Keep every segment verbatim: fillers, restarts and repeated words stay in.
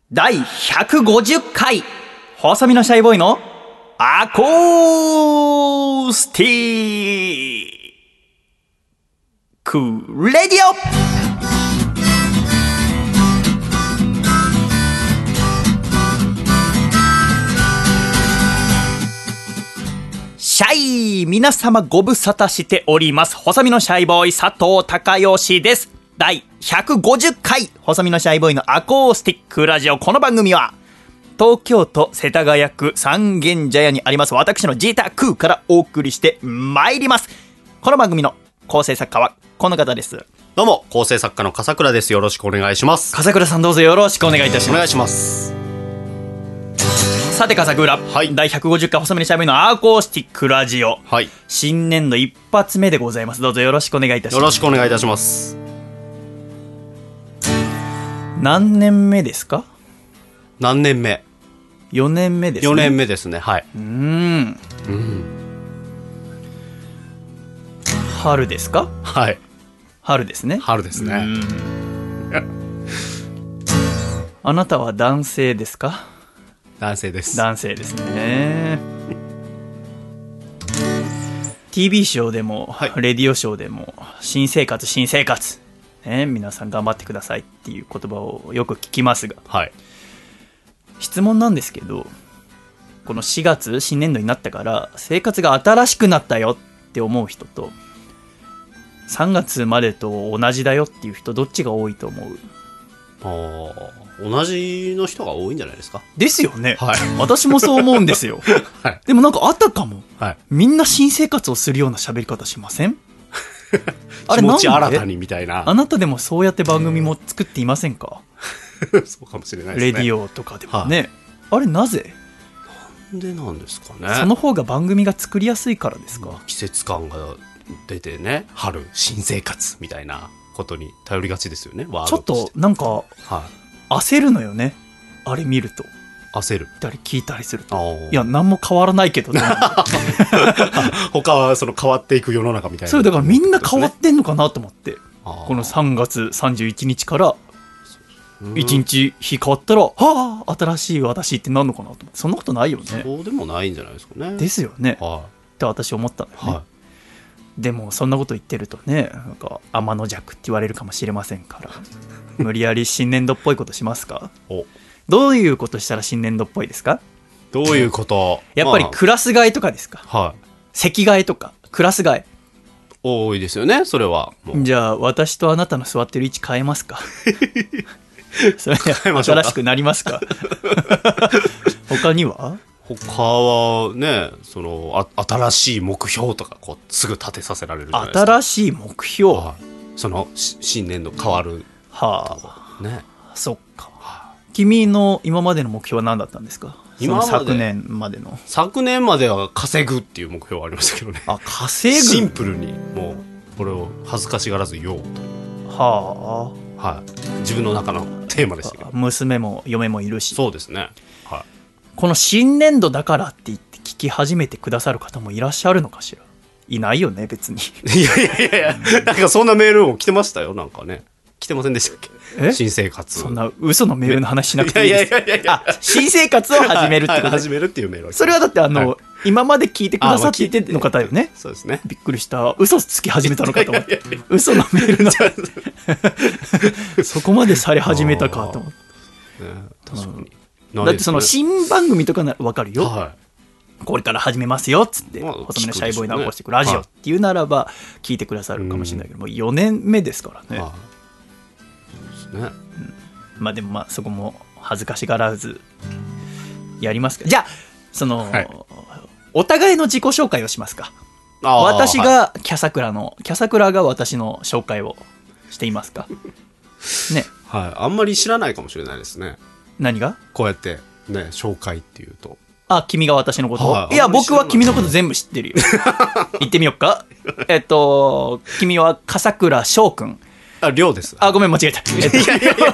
だいひゃくごじゅっかい細身のシャイボーイのアコースティックレディオ。シャイ皆様ご無沙汰しております。細身のシャイボーイ佐藤孝義です。だいひゃくごじゅっかい細身のシャイボーイのアコースティックラジオ。この番組は東京都世田谷区三軒茶屋にあります私の自宅からお送りしてまいります。この番組の構成作家はこの方です。 どうも構成作家の笠倉です。よろしくお願いします。 笠倉さんどうぞよろしくお願いいたします。 お願いします。 さて笠倉、 はい、 だいひゃくごじゅっかい細身のシャイボーイのアコースティックラジオ、 はい、 新年度一発目でございます。どうぞよろしくお願いいたします。 よろしくお願いいたします。 何年目ですか？ 何年目？ よねんめですね。 よねんめですね。はい。 うーん、うん、春ですか？ はい、 春ですね。 春ですね。 あなたは男性ですか？ 男性です。 男性ですね。ティービー ショーでも、はい、レディオショーでも新生活新生活、ね、皆さん頑張ってくださいっていう言葉をよく聞きますが、はい、質問なんですけど、このしがつ新年度になったから生活が新しくなったよって思う人と、さんがつまでと同じだよっていう人、どっちが多いと思う？ あ、同じの人が多いんじゃないですか。 ですよね、 はい、 私もそう思うんですよ、はい、でもなんかあたかも、はい、みんな新生活をするような喋り方しません？あれ気持ち新たにみたいな。 あなたでもそうやって番組も作っていませんか？ そうかもしれないですね。 レディオとかでもね、はい、あれなぜ？ なんでなんですかね。 その方が番組が作りやすいからですか？ 季節感が出てね、春新生活みたいなことに頼りがちですよね。ワードとしてちょっとなんか、はい、焦るのよね、あれ見ると。 焦る、 見たり聞いたりすると、いや何も変わらないけどね他はその変わっていく世の中みたいな。 そうだからみんな変わってんのかなと思って、このさんがつさんじゅういちにちからいちにち日変わったら、はあ新しい私ってなんのかなと思って。そんなことないよね。 そうでもないんじゃないですかね。 ですよね、 はい、 って私思ったんだよね、はい、でもそんなこと言ってるとね、なんか天の弱って言われるかもしれませんから無理やり新年度っぽいことしますか？お、どういうことしたら新年度っぽいですか？ どういうこと？ やっぱりクラス替えとかですか？ はい、 席替えとかクラス替え多いですよね。それはもう。 じゃあ私とあなたの座ってる位置変えますか？それで新しくなりますか？他には？ 他はね、そのあ新しい目標とかこうすぐ立てさせられるじゃないですか。 新しい目標、はい、その新年度変わる、 はあ、 ね、 そっか、はあ、君の今までの目標は何だったんですか？今まで昨年までの。 昨年までは稼ぐっていう目標はありましたけどね。 あ、稼ぐ。 シンプルにもうこれを恥ずかしがらず言おうという、はあ、はい、自分の中のテーマですよ。 娘も嫁もいるし。 そうですね、はい、 この新年度だからって言って聞き始めてくださる方もいらっしゃるのかしら？いないよね別に。 いやいやいやいや、なんかそんなメールも来てましたよ。なんかね、来てませんでしたっけ？新生活。そんな嘘のメールの話しなくていいです。 いやいやいやいや、あ、 新生活を始めるってこと、ね、 始めるっていうメール。 それはだってあの、はい、今まで聞いてくださっていての方よね。 そうですね。 びっくりした。嘘つき始めたのかと思って。嘘のメールのそこまでされ始めたかと思って、ね、確かに。だってその新番組とかなら分かるよ、はい、これから始めますよっつって、まあ、細身のシャイボーイのアコースティックラジオっていうならば聞いてくださるかもしれないけど、はい、もうよねんめですからね、はい、そうですね、うん、まあでもまあそこも恥ずかしがらずやりますか。じゃあその、はい、お互いの自己紹介をしますか。私がキャサクラの、キャサクラが私の紹介をしていますかね。 はい、あんまり知らないかもしれないですね。何が？こうやってね、紹介っていうと、 あ、君が私のことを、はい、いや僕は君のこと全部知ってるよ。言ってみよっか。えっと君は笠倉翔くん。 あ、りょうです。 あ、ごめん間違えた。えっと、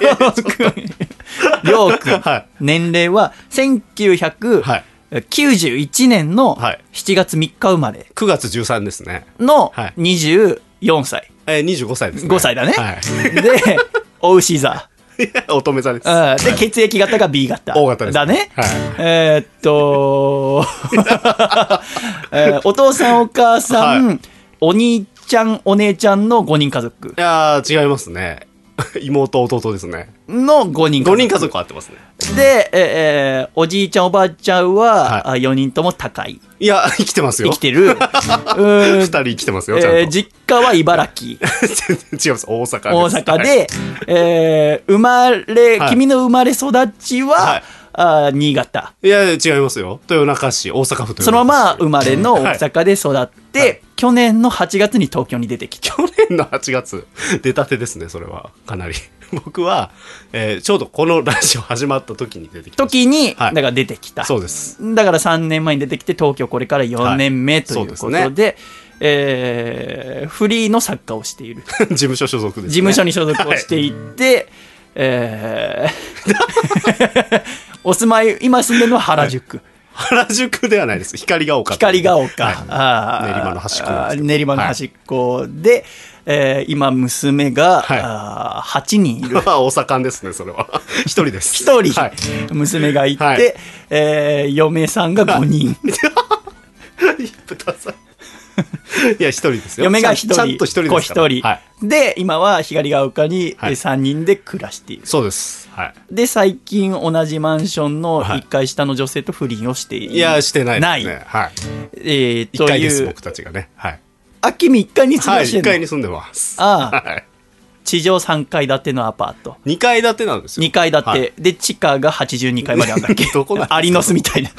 りょうくん、はい、年齢はせんきゅうひゃくきゅうじゅういちねんのしちがつみっか生まれ、 くがつじゅうさんですね。 のにじゅうよんさい、 えー、にじゅうごさいですね。 ごさいだね、 はい、 でお牛座乙女座です。 で、血液型が ビー 型。 O 型です。 だね。はい、えー、っと、えー、お父さんお母さん、はい、お兄ちゃんお姉ちゃんのごにん家族。 いやー、違いますね。妹弟ですね。 のごにん家族。 ごにん家族は合ってますね。 で、えー、おじいちゃんおばあちゃんは、はい、よにんとも高い。 いや、生きてますよ。 生きてる。 ふたり生きてますよ、ちゃんと。 えー、実家は茨城。 全然違います。大阪です。 大阪で、はい、えー、生まれ、はい、君の生まれ育ちは、はい、あ新潟。 いや、違いますよ。豊中市、大阪府という。 そのまま生まれの大阪で育って、はいはい、去年のはちがつに東京に出てきた。 去年のはちがつ出たてですね、それは。かなり。僕は、えー、ちょうどこのラジオ始まった時に出てきた。 時に、はい、だから出てきた。 そうです。 だからさんねんまえに出てきて、東京これからよねんめということで、はい、でね、えー、フリーの作家をしている。 事務所所属ですね。 事務所に所属をしていて、はい、えー、お住まい、今住んでるのは原宿。 はい、原宿ではないです。光が丘。 光が丘。はい、 あ練馬の端っこ。 練馬の端っこで、はい、えー、今娘が、はい、あはちにんいる。 大阪ですね、それは。ひとりです。 ひとり、はい、娘がいて、はい、えー、嫁さんがごにん。 いや、一人ですよ。 嫁が一人、 ちゃんと一人ですから。 子一人、はい。で、今は光が丘にさんにんで暮らしている。 はい、そうです。はい。 で、最近同じマンションのいっかい下の女性と不倫をしている。 いや、してないですね。はい。 えー、という。いっかいです、僕たちがね。はい。 あ、君いっかいに住んでるの？ はい、いっかいに住んでます。 ああ。はい。地上さんかい建てのアパート。 にかい建てなんですよ。 にかい建て。はい、で、地下がはちじゅうにかいまであるんだっけ？ どこなんアリの巣みたいな。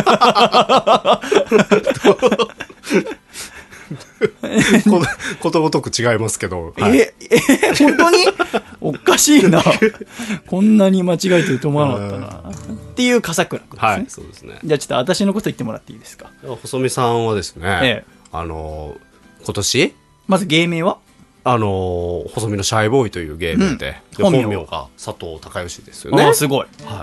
ことごとく違いますけど。 はい、え、え、本当におかしいな。こんなに間違えてると思わなかったな。っていう笠倉君ですね。はい、そうですね。じゃあちょっと私のこと言ってもらっていいですか。 細見さんはですね、ええ、あの、今年まず芸名はあの、細身のシャイボーイという芸名で、うん、本名が佐藤孝義ですよね。 ああ、すごい。はい。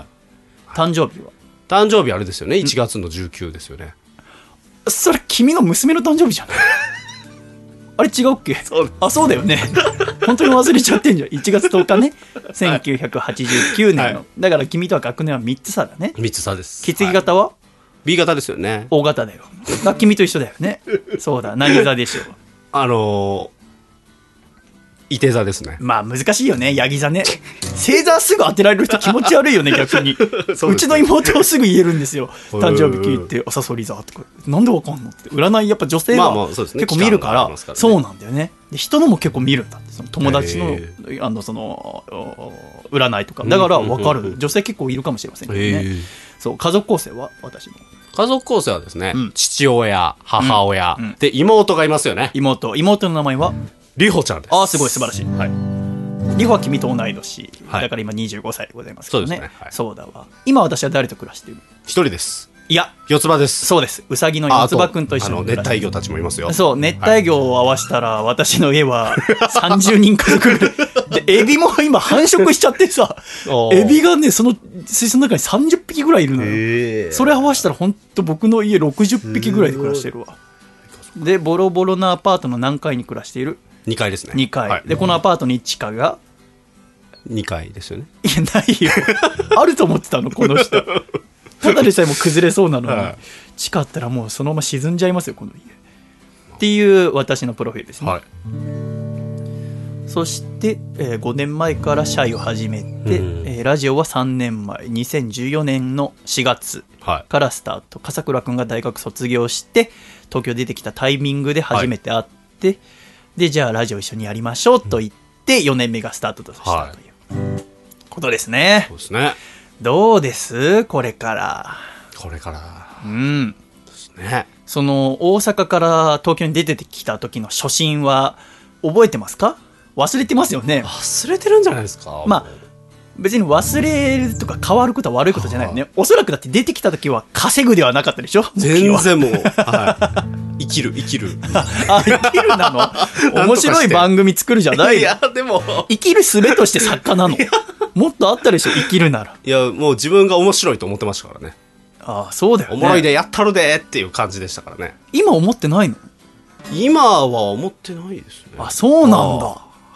誕生日は誕生日あれですよね。いちがつのじゅうくですよね。 それ君の娘の誕生日じゃん。あれ違うっけ？そうあ、そうだよね。本当に忘れちゃってんじゃん。いちがつとおかね。せんきゅうひゃくはちじゅうきゅうねんの。はい、だから君とは学年はみっつ差だね。 みっつ差です。 血液型は、はい、 ビー 型ですよね。 O 型だよ。君と一緒だよね。そうだ。何座でしょう。あのー、いて座ですね。 まあ難しいよね、ヤギ座ね。星座すぐ当てられる人気持ち悪いよね、逆に。う, うちの妹はすぐ言えるんですよ。誕生日聞いて、おさそり座とか。なんでわかんのって。占いやっぱ女性は結構見るから、そうなんだよね。で人のも結構見るんだって。その友達の、あの、その、占いとか。だからわかる。女性結構いるかもしれませんけどね。そう、家族構成は私の。 家族構成はですね、うん、父親、母親、うんうん、で、妹がいますよね。 妹。妹の名前はりほちゃんです。 ああ、すごい素晴らしい。はい。りほは君と同い年、はい、だから今にじゅうごさいでございますけどね。そうですね。はい、そうだわ。今私は誰と暮らしてる？ 一人です。 いや、 四つ葉です。 そうです。うさぎの四つ葉くんと一緒に。あの熱帯魚たちもいますよ。 そう、熱帯魚を合わせたら、はい、私の家はさんじゅうにん家族ぐらい。で、エビも今繁殖しちゃってさ、エビがね、その水槽の中にさんじゅっぴきぐらいいるのよ。それ合わせたら本当僕の家ろくじゅっぴきぐらいで暮らしてるわ。で、ボロボロなアパートの何階に暮らしている？ にかいですね。 にかい、はい、でこのアパートに地下がにかいですよね。いやないよ。あると思ってたのこの人。ただでさえも崩れそうなのに、はい、地下あったらもうそのまま沈んじゃいますよこの家っていう私のプロフィールですね。はい、そして、えー、ごねんまえからシャイを始めて、えー、ラジオはさんねんまえにせんじゅうよねんのしがつからスタート、はい、笠倉くんが大学卒業して東京出てきたタイミングで初めて会って、はい、でじゃあラジオ一緒にやりましょうと言ってよねんめがスタートとしたということですね。 そうですね。 どうですこれからこれからうんですね。 その大阪から東京に出てきた時の初心は覚えてますか？忘れてますよね。 忘れてるんじゃないですか。 まあ別に忘れるとか変わることは悪いことじゃないよね。おそらくだって出てきた時は稼ぐではなかったでしょ。 全然もう、はい、生きる生きるあ生きるなの面白い番組作るじゃない。 いやでも生きる術として作家なの。もっとあったでしょ生きるなら。 いやもう自分が面白いと思ってましたからね。 ああそうだよね。 おもろいでやったるでっていう感じでしたからね。 今思ってないの？ 今は思ってないですね。 あそうなんだ。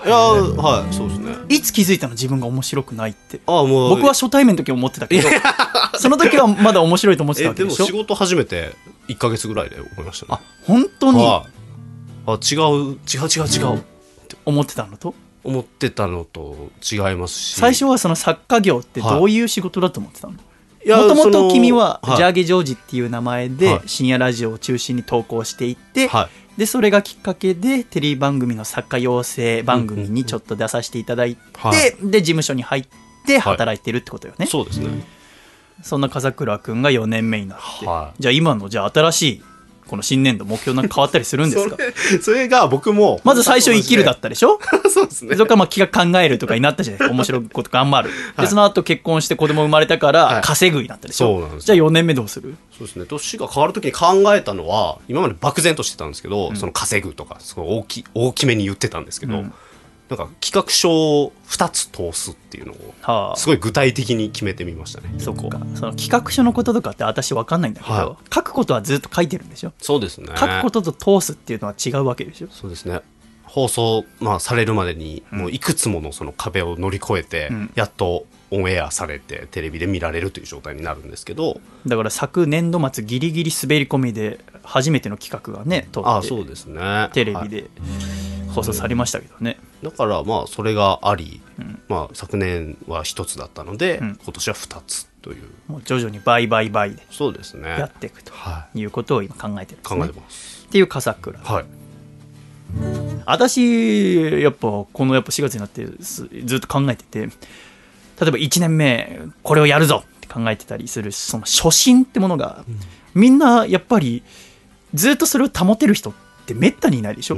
いやはいそうですね。 いつ気づいたの自分が面白くないって。 あもう僕は初対面の時思ってたけどその時はまだ面白いと思ってたわけでしょ。 でも仕事始めていっかげつぐらいで思いましたね。 あ本当に。 ああ違う違う違う違うって思ってたのと思ってたのと違いますし、 最初はその作家業ってどういう仕事だと思ってたの？ いやもともと君ははいジャーゲジョージっていう名前ではい深夜ラジオを中心に投稿していって、 はいでそれがきっかけでテレビ番組の作家養成番組にちょっと出させていただいて、 はいで事務所に入って働いてるってことよね。 そうですね。 そんな笠倉くんがよねんめになって、 はい、 じゃあ今のじゃあ新しいこの新年度目標なんか変わったりするんですか？ それ、それが僕もまず最初生きるだったでしょそうですね。 それからまあ企画考えるとかになったじゃないですか。面白いこと頑張る、はい、でその後結婚して子供生まれたから稼ぐになったでしょ、はい、そうなんです。じゃあよねんめどうする？ そうですね。年が変わるときに考えたのは今まで漠然としてたんですけど、うん、その稼ぐとかすごい大き大きめに言ってたんですけど、うん、なんか企画書をふたつ通すっていうのをすごい具体的に決めてみましたね。 そっか。その企画書のこととかって私分かんないんだけど、はい、書くことはずっと書いてるんでしょ？ そうですね。 書くことと通すっていうのは違うわけでしょ？ そうですね。放送、まあ、されるまでにもういくつものその壁を乗り越えて、うん、やっとオンエアされてテレビで見られるという状態になるんですけど、 だから昨年度末ギリギリ滑り込みで初めての企画がね通って、 あ、そうですね、 テレビで放送されましたけどね、 はい、だからまあそれがあり、うんまあ、昨年はひとつだったので、うん、今年はふたつという、 もう徐々に倍倍倍でそうですねやっていくということを今考えてるんですね。 考えてますっていう笠倉、 はい、 私やっぱこのやっぱしがつになってずっと考えてて、例えばいちねんめこれをやるぞって考えてたりするその初心ってものが、うん、みんなやっぱりずっとそれを保てる人ってめったにいないでしょ、うん、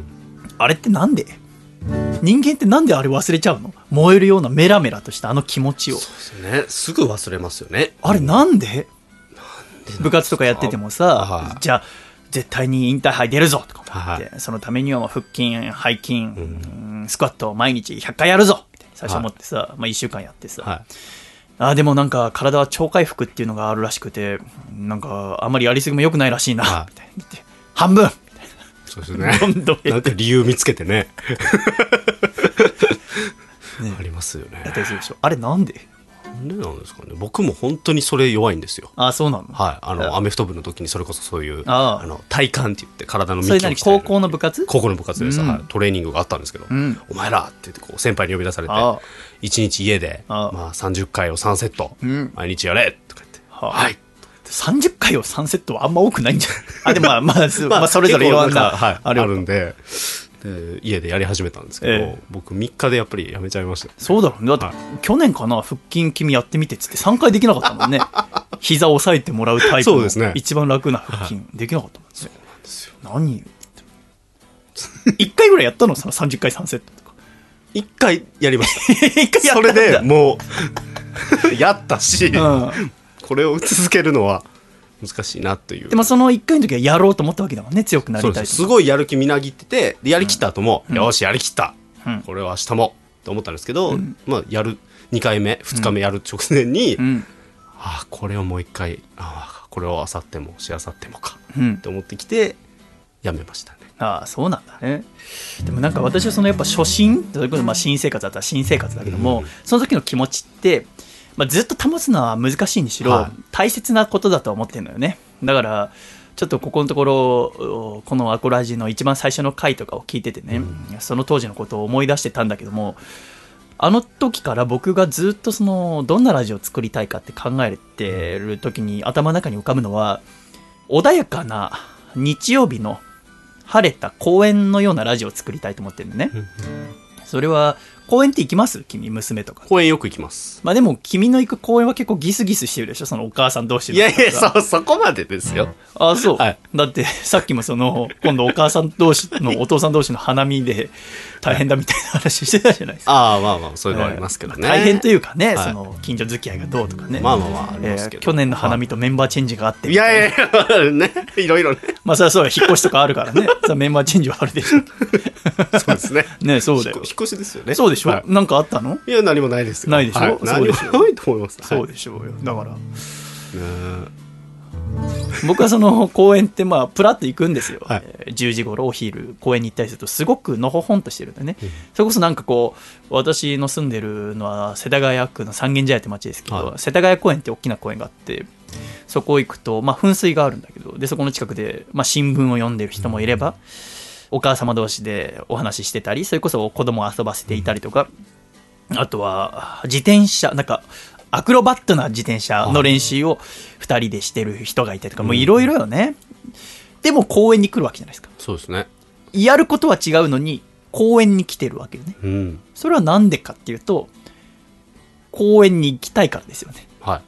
あれってなんで人間ってなんであれ忘れちゃうの？燃えるようなメラメラとしたあの気持ちを。 そうですね、すぐ忘れますよね。 あれなんで、うん、なんで部活とかやっててもさ、じゃあ絶対にインターハイ出るぞとか思って、はい、そのためには腹筋背筋、うん、スクワットを毎日ひゃっかいやるぞみたいな最初思ってさ、はいまあ、いっしゅうかんやってさ、はい、あでもなんか体は超回復っていうのがあるらしくて、なんかあんまりやりすぎも良くないらしいな、はい、みたいな言って半分みたいな。 そうですね、どんどんなんか理由見つけてねねありますよね。 やったりするでしょ。あれなんでなんでなんですかね。僕も本当にそれ弱いんですよ。 あ、そうなの。 はい、あのアメフト部の時にそれこそそういうあの体幹って言って体の幹を鍛える。それ何高校の部活？ 高校の部活です、うんはい、トレーニングがあったんですけど、うん、お前らって言ってこう先輩に呼び出されていちにち家でまあ、さんじゅっかいをさんセット、うん、毎日やれとか言って、ははいさんじゅっかいをさんセットはあんま多くないんじゃないあでもまあ、まあまあ、それぞれいろんな、 はい、あるんでで家でやり始めたんですけど、えー、僕みっかでやっぱりやめちゃいました、ね、 そうだろうね。だって、はい、去年かな腹筋君やってみてっつってさんかいできなかったもんね膝を押さえてもらうタイプの一番楽な腹筋、ね、できなかったもんね。そうなんですよ。何言っていっかいぐらいやったのそのさんじゅっかいさんセットとか。 いっかいやりましたいっかいやったんだ。それでもうやったし、うん、これを続けるのは難しいなという。 でもそのいっかいの時はやろうと思ったわけだもんね。強くなりたいとか。 すごいやる気みなぎってて、でやりきった後も、うん、よしやりきった、うん、これは明日もと思ったんですけど、うん、まあ、やるにかいめふつかめやる直前に、うん、あこれをもういっかいあこれをあさってもしあさってもか、うん、と思ってきてやめましたね。 ああそうなんだね。でもなんか私はそのやっぱ初心、それこそまあ新生活だったら新生活だけども、うん、その時の気持ちってまあ、ずっと保つのは難しいにしろ、はい、大切なことだと思ってるのよね。だからちょっとここのところこのアコラジの一番最初の回とかを聞いててね、うん、その当時のことを思い出してたんだけども、あの時から僕がずっとそのどんなラジオを作りたいかって考えてる時に頭の中に浮かぶのは、穏やかな日曜日の晴れた公園のようなラジオを作りたいと思ってるのね、うん、それは公園って行きます？君、娘とか。 公園よく行きます。 まあでも、君の行く公園は結構ギスギスしてるでしょ、そのお母さん同士の。 いやいや、そ、そこまでですよ。 ああ、そう。 はい、 だって、さっきもその、今度お母さん同士の、お父さん同士の花見で大変だみたいな話してたじゃないですか。 ああ、まあまあ、そういうのありますけどね。 大変というかね、はい、その、近所付き合いがどうとかね。 まあまあまあ、ありますけど、 えー。去年の花見とメンバーチェンジがあって。 いやいやいや、ね、いろいろね。 まあ、それはそう、引っ越しとかあるからね。そメンバーチェンジはあるでしょ。 そうですね。 ね、そうだよ。 引っ越しですよね。 そうでしょ。 はい、 なんかあったの？ いや何もないですよ。 ないでしょ、はい、 何もないと思います。 そうでしょうよ。だから、ね僕はその公園ってまあプラッと行くんですよ、 はい、 じゅうじ頃お昼公園に行ったりするとすごくのほほんとしてるんでね、うん、それこそなんかこう私の住んでるのは世田谷区の三軒茶屋って町ですけど、はい、世田谷公園って大きな公園があってそこ行くと、まあ、噴水があるんだけどでそこの近くで、まあ、新聞を読んでる人もいれば、うん、お母様同士でお話ししてたりそれこそ子供を遊ばせていたりとか、うん、あとは自転車なんかアクロバットな自転車の練習をふたりでしてる人がいたりとか、もういろいろよね。でも公園に来るわけじゃないですか。 そうですね。 やることは違うのに公園に来てるわけよね、うん、それはなんでかっていうと公園に行きたいからですよね。 はい。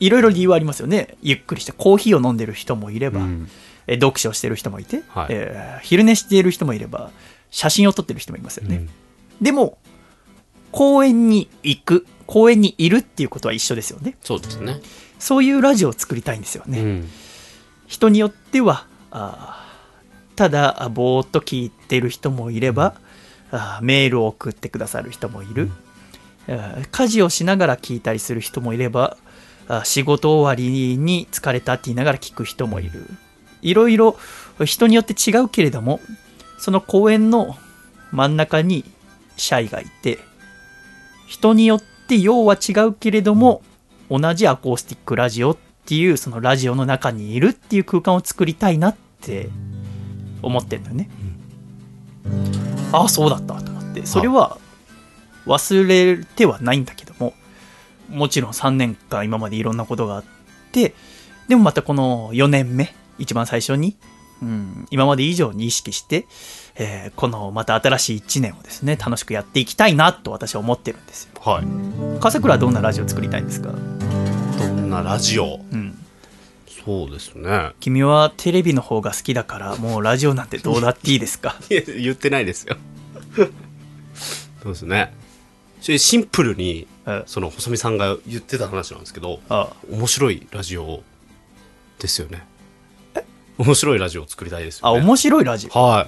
いろいろ理由はありますよね。ゆっくりしてコーヒーを飲んでる人もいれば、うん、え読書をしてる人もいて、はい、えー、昼寝している人もいれば写真を撮ってる人もいますよね、うん、でも公園に行く公園にいるっていうことは一緒ですよね。 そうですね。 そういうラジオを作りたいんですよね、うん、人によってはあただぼーっと聞いてる人もいれば、うん、あメールを送ってくださる人もいる、うん、家事をしながら聞いたりする人もいればあ仕事終わりに疲れたって言いながら聞く人もいる。いろいろ人によって違うけれどもその公園の真ん中にシャイがいて人によって要は違うけれども同じアコースティックラジオっていうそのラジオの中にいるっていう空間を作りたいなって思ってんだよね、うん、ああそうだったと思ってそれは忘れてはないんだけどももちろんさんねんかん今までいろんなことがあってでもまたこのよねんめ一番最初に、うん、今まで以上に意識して、えー、このまた新しいいちねんをですね楽しくやっていきたいなと私は思ってるんですよ。 はい。 笠倉はどんなラジオ作りたいんですか？ どんなラジオ、うん、そうですね。 君はテレビの方が好きだからもうラジオなんてどうだっていいですか？ いや言ってないですよ。そうですね。シンプルにその細見さんが言ってた話なんですけど、ああ面白いラジオですよね。面白いラジオを作りたいですよね。 あ、面白いラジオ。 はい。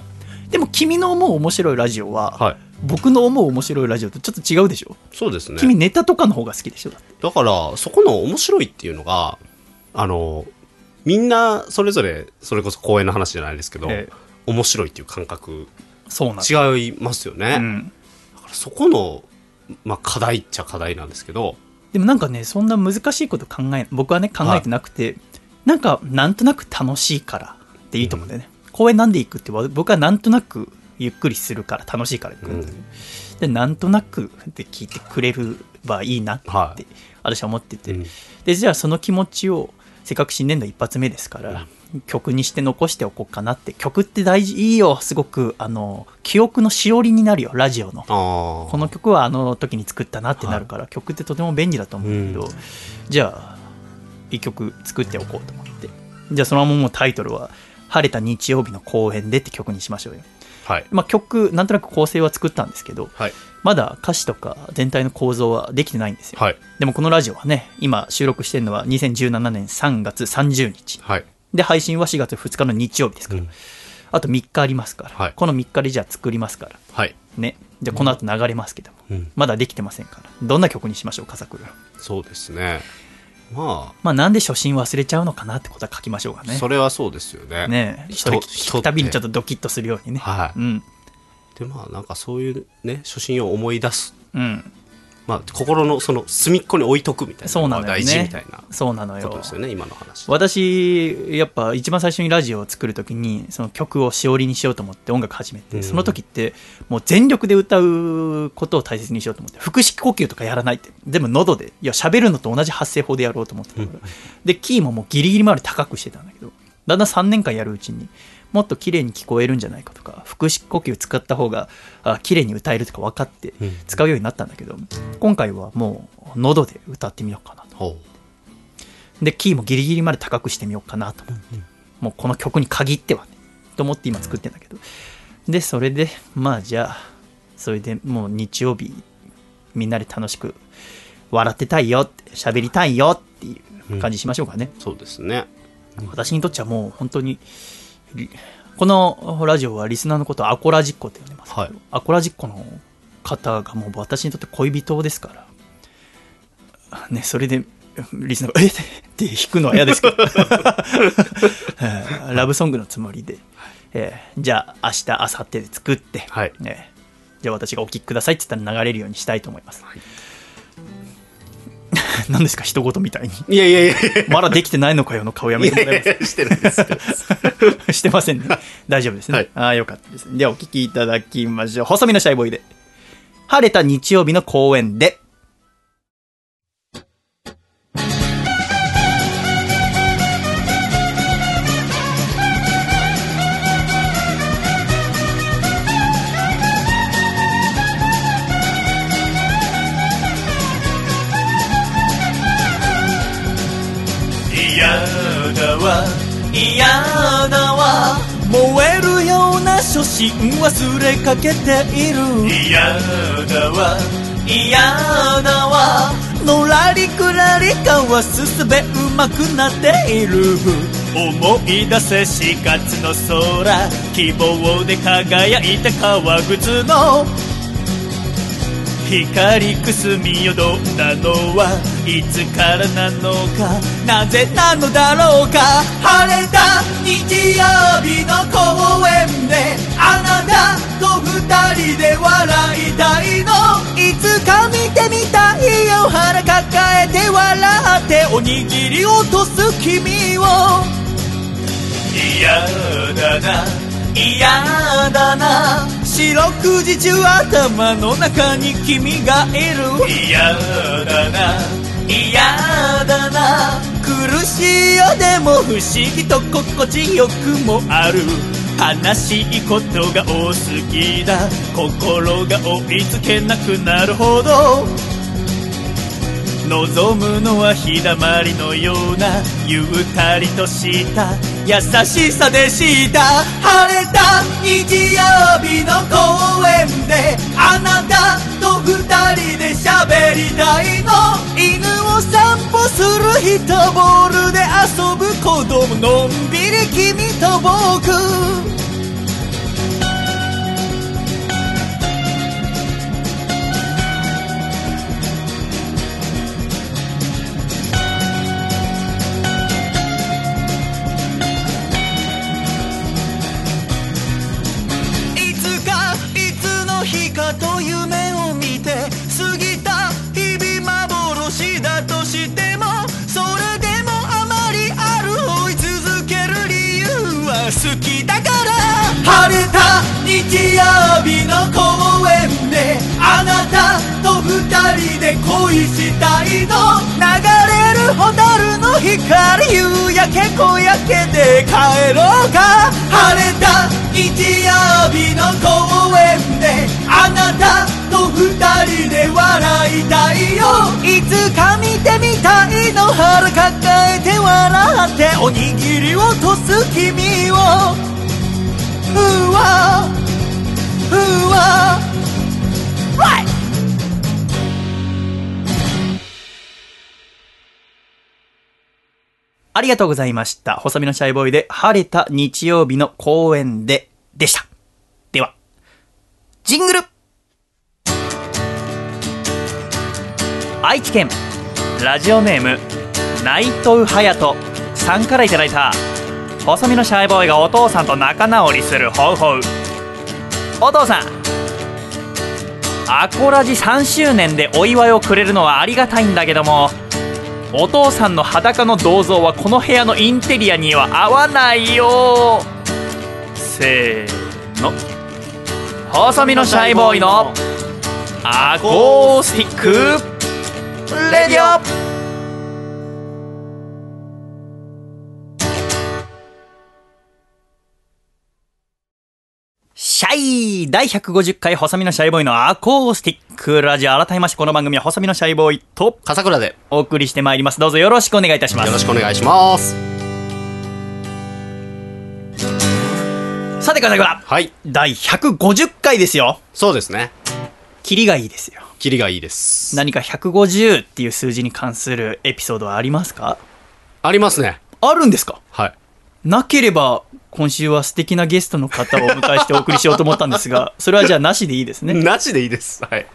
でも君の思う面白いラジオは、はい、僕の思う面白いラジオとちょっと違うでしょ。 そうですね。 君ネタとかの方が好きでしょ。だって。 だからそこの面白いっていうのがあのみんなそれぞれそれこそ公演の話じゃないですけど、ええ、面白いっていう感覚違いますよね。うん、だからそこのまあ課題っちゃ課題なんですけど。 でもなんかねそんな難しいこと考え僕はね考えてなくて。はい、なんかなんとなく楽しいからっていいと思うんだよね、うん、公園なんで行くって僕はなんとなくゆっくりするから楽しいから行くんだよ、うん、でなんとなくって聞いてくれればいいなって私は思ってて、はい、でじゃあその気持ちをせっかく新年度一発目ですから、うん、曲にして残しておこうかなって。曲って大事いいよすごくあの記憶のしおりになるよラジオの。この曲はあの時に作ったなってなるから、はい、曲ってとても便利だと思うんだけど、うん、じゃあいっきょく作っておこうと思って、じゃあそのままもうタイトルは晴れた日曜日の公園でって曲にしましょうよ。はい。まあ、曲なんとなく構成は作ったんですけど、はい、まだ歌詞とか全体の構造はできてないんですよ、はい、でもこのラジオはね今収録してるのはにせんじゅうななねんさんがつさんじゅうにち、はい、で配信はしがつふつかの日曜日ですから、うん、あとみっかありますから、はい、このみっかでじゃあ作りますから、はいね、じゃあこの後流れますけども、うん、まだできてませんからどんな曲にしましょう笠倉。 そうですね、まあ、 まあなんで初心忘れちゃうのかなってことは書きましょうかね。 それはそうですよね。 ねえ、それ聞くたびにちょっとドキッとするようにね。はい。うん。 でまあなんかそういうね初心を思い出す。うん。まあ心のその隅っこに置いとくみたいなのが大事みたいな。 そうなのよ。 ことですよね今の話。 私やっぱ一番最初にラジオを作るときにその曲をしおりにしようと思って音楽始めて、うん、その時ってもう全力で歌うことを大切にしようと思って腹式呼吸とかやらないって全部喉でいや喋るのと同じ発声法でやろうと思ってたから、うん、でキーももうギリギリまで高くしてたんだけどだんだんさんねんかんやるうちにもっと綺麗に聞こえるんじゃないかとか腹式呼吸使った方があ綺麗に歌えるとか分かって使うようになったんだけど、うん、今回はもう喉で歌ってみようかなと。でキーもギリギリまで高くしてみようかなと思って、うんうん、もうこの曲に限ってはねと思って今作ってんだけどでそれでまあじゃあそれでもう日曜日みんなで楽しく笑ってたいよって喋りたいよっていう感じしましょうかね、 うん、そうですね、 うん、私にとっちゃもう本当にこのラジオはリスナーのことをアコラジッコって呼んでますけど、はい、アコラジッコの方がもう私にとって恋人ですからね。それでリスナーがえって弾くのは嫌ですけどラブソングのつもりで、えー、じゃあ明日明後日で作って、 はいえー、じゃあ私がお聴きくださいって言ったら流れるようにしたいと思います、はい、何ですか一言みたいに。 いやいやいやまだできてないのかよの顔やめてもらえます。 いやいやしてるんですしてませんね。大丈夫ですね、はい、ああよかったです。ではお聴きいただきましょう。細身のシャイボーイで晴れた日曜日の公園で。嫌だわ嫌だわ燃えるような初心忘れかけている。嫌だわ嫌だわのらりくらりかわすすべうまくなっている。思い出せしがつの空希望で輝いた革靴の光くすみよどんだのはいつからなのかなぜなのだろうか。晴れた日曜日の公園であなたと二人で笑いたいの。いつか見てみたいよ腹抱えて笑っておにぎり落とす君を。嫌だな嫌だな四六時中頭の中に君がいる。嫌だな嫌だな苦しいよでも不思議と心地よくもある。悲しいことが多すぎだ心が追いつけなくなるほど。望むのは日だまりのようなゆったりとした優しさでした。晴れた日曜日の公園であなたと二人で喋りたいの。犬を散歩する人ボールで遊ぶ子供のんびり君と僕。と夢を見て過ぎた日々幻だとしてもそれでもあまりある追い続ける理由は好きだから。晴れた日曜日の公園であなたと二人で恋したいの。流れる蛍の光夕焼け小焼けで帰ろうか。晴れた日曜日の公園であなたと二人で笑いたいよ。いつか見てみたいの腹抱えて笑っておにぎり落とす君を。うわうわはいありがとうございました。細身のシャイボーイで晴れた日曜日の公園ででした。ではジングル。愛知県ラジオネーム内藤隼人さんからいただいた細身のシャイボーイがお父さんと仲直りするホウホウ。お父さんアコラジさんしゅうねんでお祝いをくれるのはありがたいんだけどもお父さんの裸の銅像はこの部屋のインテリアには合わないよ。せーの細身のシャイボーイのアコースティックレディオ。シャイだいひゃくごじゅっかい細身のシャイボーイのアコースティックラジオ。改めましてこの番組は細身のシャイボーイと笠倉でお送りしてまいります。どうぞよろしくお願いいたします。 よろしくお願いします。 さて笠倉、 はい、 だいひゃくごじゅっかいですよ。 そうですね。 キリがいいですよ。 キリがいいです。 何かひゃくごじゅうっていう数字に関するエピソードはありますか？ ありますね。 あるんですか？ はい。 なければ今週は素敵なゲストの方をお迎えしてお送りしようと思ったんですがそれはじゃあなしでいいですね。 なしでいいです。はい。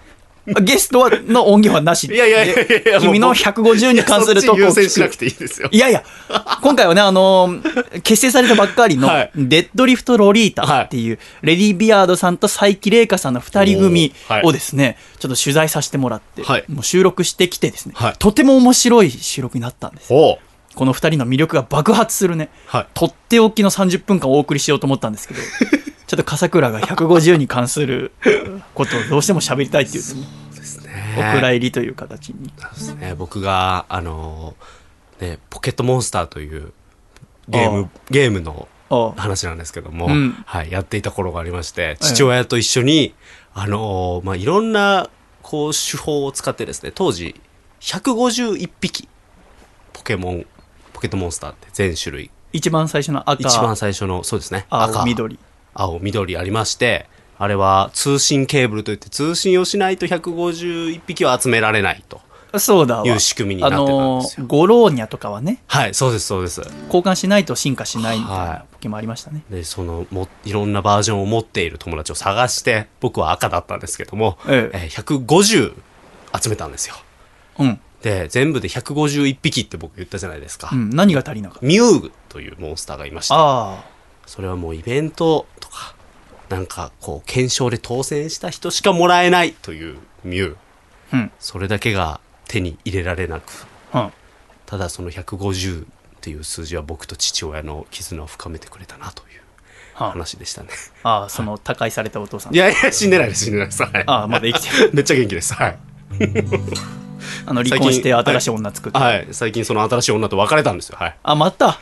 ゲストはの音源はなしで。 いやいやいやいやいや、 君のひゃくごじゅうに関するとこを聞く。 優先しなくていいですよ。 いやいや、今回はね、あのー、結成されたばっかりの、デッドリフトロリータっていう、レディ・ビアードさんと佐伯玲香さんの二人組をですね、ちょっと取材させてもらって、はい、もう収録してきてですね、はい、とても面白い収録になったんです。この二人の魅力が爆発するね、はい、とっておきのさんじゅっぷんかんお送りしようと思ったんですけど、ちょっと笠倉がひゃくごじゅうに関することをどうしても喋りたいっていう、そうですね、お蔵入りという形に。そうですね、僕が、あのーね、ポケットモンスターというゲーム、ゲームの話なんですけども、うん、はい、やっていた頃がありまして、父親と一緒に、あのーまあ、いろんなこう手法を使ってですね、当時ひゃくごじゅういっぴきポケモンポケットモンスターって全種類、 一番最初の赤、 一番最初のそうですね、 青赤緑青緑ありまして、あれは通信ケーブルといって通信をしないとひゃくごじゅういっぴきは集められないという仕組みになってたんですよ。 あのー、ゴローニャとかはね、 はい、そうですそうです、 交換しないと進化しないみたいなポケもありましたね、 はい、でそのもいろんなバージョンを持っている友達を探して、僕は赤だったんですけども、えええー、ひゃくごじゅう集めたんですよ、うん、で全部でひゃくごじゅういっぴきって僕言ったじゃないですか、 うん、何が足りなかった。 ミュウというモンスターがいまして、あ、それはもうイベントとかなんかこう検証で当選した人しかもらえないというミュウ、うん、それだけが手に入れられなく、うん、ただそのひゃくごじゅうっていう数字は僕と父親の絆を深めてくれたなという話でしたね。 ああ、その他界されたお父さん。 いやいや、死んでないです、死んでないです、はい、 ああ、まだ生きてる。 めっちゃ元気です、はい。 あの離婚して新しい女作って、 はいはい、最近その新しい女と別れたんですよ、はい、 あ、また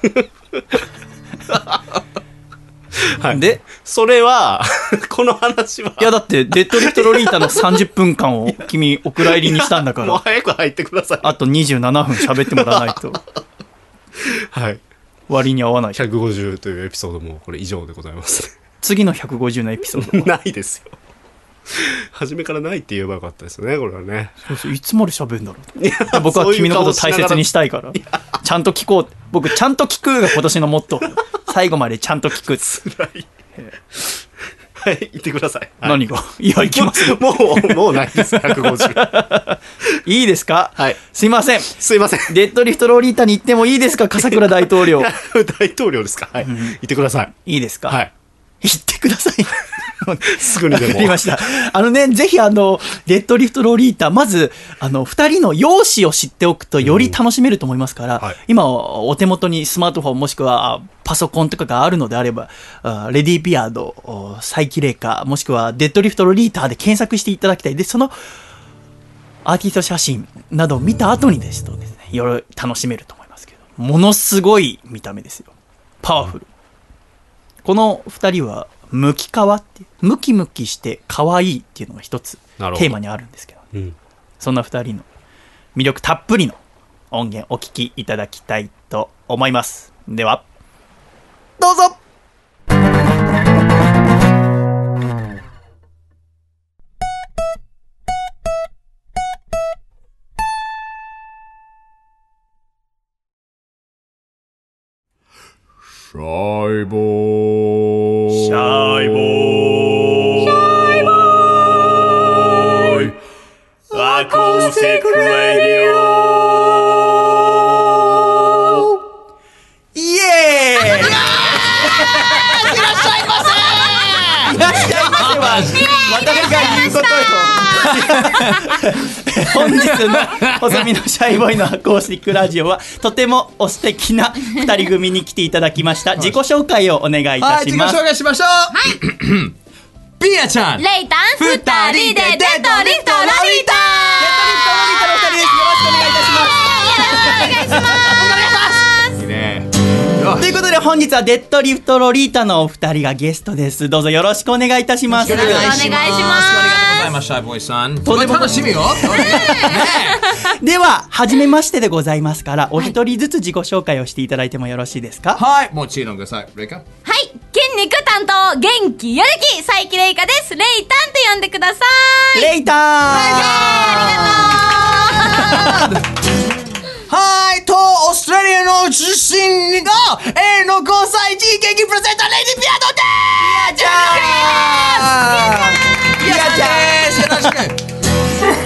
はい、でそれはこの話は、 いやだってデッドリフトロリータのさんじゅっぷんかんを君お蔵入りにしたんだから、 もう早く入ってください。 あとにじゅうななふん喋ってもらわないとはい、 割に合わない。 ひゃくごじゅうというエピソードもこれ以上でございます。 次のひゃくごじゅうのエピソードないですよ。初めからないって言えばよかったですね、これはね。 そうそう、いつまで喋るんだろう。僕は君のことを大切にしたいから、ちゃんと聞こう。僕ちゃんと聞くが今年のモットー。最後までちゃんと聞く。 つらい。はい、言ってください。はい、 何が？いや、行きますよ。 もうもうないです。ひゃくごじゅう。 いいですか？ はい。 すいません。 すいません。 デッドリフトローリータに行ってもいいですか？笠倉大統領。 大統領ですか？はい。うん、言ってください。 いいですか？ はい。 言ってください。 すぐにでも。 わかりました。あのね、ぜひあの、デッドリフトロリータ、まず、あの、二人の容姿を知っておくとより楽しめると思いますから、うん、はい、今お手元にスマートフォンもしくはパソコンとかがあるのであれば、レディ・ビアード、佐伯玲香、もしくはデッドリフトロリータで検索していただきたい。で、そのアーティスト写真などを見た後にですとですね、いろいろ楽しめると思いますけど、ものすごい見た目ですよ。パワフル。うん、この二人は、ムキカワってムキムキして可愛いっていうのが一つテーマにあるんですけど、うん、そんな二人の魅力たっぷりの音源お聞きいただきたいと思います。ではどうぞ。 シャイボーイシャイボーイシャイボーイアコースティックラディオイエーイいらっしゃいませいらっしゃいませは私が言うことよ。本日の細身のシャイボーイのアコースティックラジオはとてもお素敵なふたり組に来ていただきました。自己紹介をお願いいたします。はい、 自己紹介しましょう。はいビアちゃんレイタンふたりでデッドリフトロリータデッドリフトロリータのふたりです。よろしくお願いいたします。 よろしくお願いします。お願いします。 いいね。 ということで本日はデッドリフトロリータのお二人がゲストです。どうぞよろしくお願いいたします。 よろしくお願いします。 ありがとうございます。シャイボーイさんとても楽しみよ。 では初めましてでございますからお一人ずつ自己紹介をしていただいてもよろしいですか？ はい、もちろんください。レイカ。 はい、筋肉担当元気やる気佐伯レイカです。レイタンと呼んでください。 レイタンありがとう。 はい、東オーストラリアの出身の A のごさい児元気プレゼンターレディビアドです。 ビアちゃんビアちゃんよろしく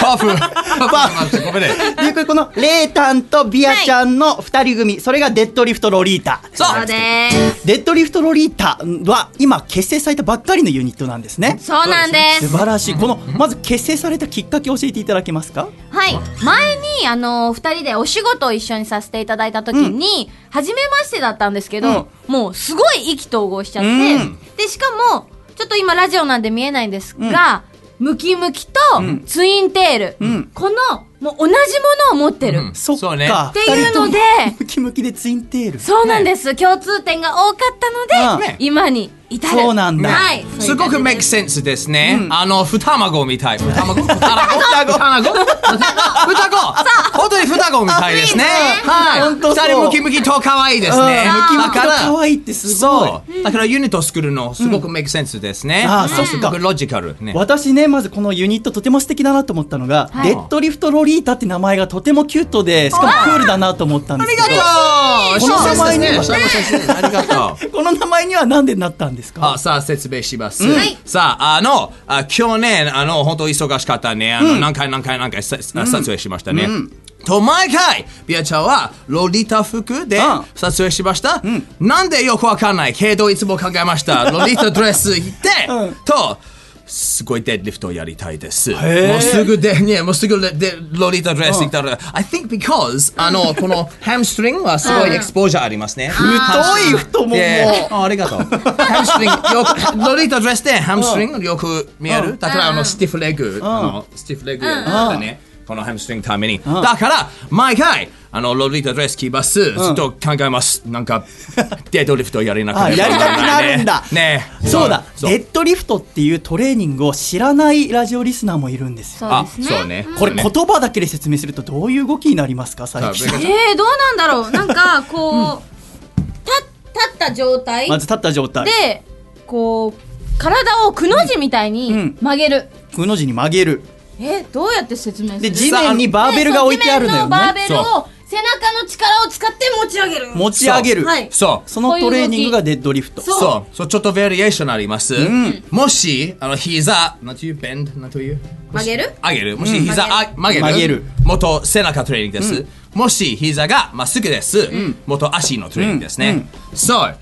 パフ。パフ。ごめんね。 で、このレイタンとビアちゃんの二人組、それがデッドリフトロリータ。 そうです。 デッドリフトロリータは今結成されたばっかりのユニットなんですね。 そうなんです。 素晴らしい。このまず結成されたきっかけを教えていただけますか？ はい。前にあの二人でお仕事を一緒にさせていただいた時に、うん、初めましてだったんですけど、うん、もうすごい意気投合しちゃって、うん、でしかもちょっと今ラジオなんで見えないんですが、うん、ムキムキとツインテール、うん、このもう同じものを持ってる、 うん、そっかっていうのでムキムキでツインテール、 そうなんです、ね、共通点が多かったので、ね、今に至る。 そうなんだ、 はい、 すごくメイクセンスですね、うん、あの双子みたい、双子双子双子双子本当に双子みたいですね。はい、二人ムキムキと可愛いですね。 ムキムキと可愛いってすごい。 そうだからユニット作るのすごくメイクセンスですね。ああ、そうすごくロジカルね。 私ね、まずこのユニットとても素敵だなと思ったのが、デッドリフトロリータって名前がとてもキュートで、しかもクールだなと思ったんですけど。 ありがとう。 この名前にはありがとう。 この名前には何でなったんですか？ あ、さあ説明します。さあ、あの去年あの本当忙しかったね。あの何回何回何回撮影しましたね。と毎回ビアちゃんはロリータ服で撮影しました、うん、なんでよくわかんないけどいつも考えましたロリータドレス着て、うん、とすごいデッドリフトをやりたいです。もうすぐで、ね、もうすぐでロリータドレス着たら、うん、I think because あのこのハムストリングはすごいエクスポージャーありますね。 太い太もも。 あ、ありがとう。ハムストリングよくロリータドレスでハムストリングよく見える。だからあのスティフレグ、あのスティフレグだね。このハムストリングために、うん、だから毎回あのロリータドレス着ます、うん、ずっと考えます。なんかデッドリフトやりなくてやりたくなるんだね。 そうだ、そうデッドリフトっていうトレーニングを知らないラジオリスナーもいるんですよ。 そうですね。 あ、そうね。 これ言葉だけで説明するとどういう動きになりますか、最近？ えー、どうなんだろう。なんかこう、うん、立, 立った状態まず立った状態でこう体をくの字みたいに曲げる、 うん、くの字に曲げる。 え、どうやって説明する？ で、地面にバーベルが置いてあるのよね。 地面のバーベルを背中の力を使って持ち上げる。 持ち上げる。 はい、 そう。 そのトレーニングがデッドリフト。 そう。そう。そう、ちょっとバリエーションあります。うん、もし、あの、膝、なんていうベンド、なんという曲げる上げる。もし膝、うん、あ曲げる。 曲げる。 元背中トレーニングです。うん、もし膝がまっすぐです。うん、元足のトレーニングですね。うんうん、そう。 はい。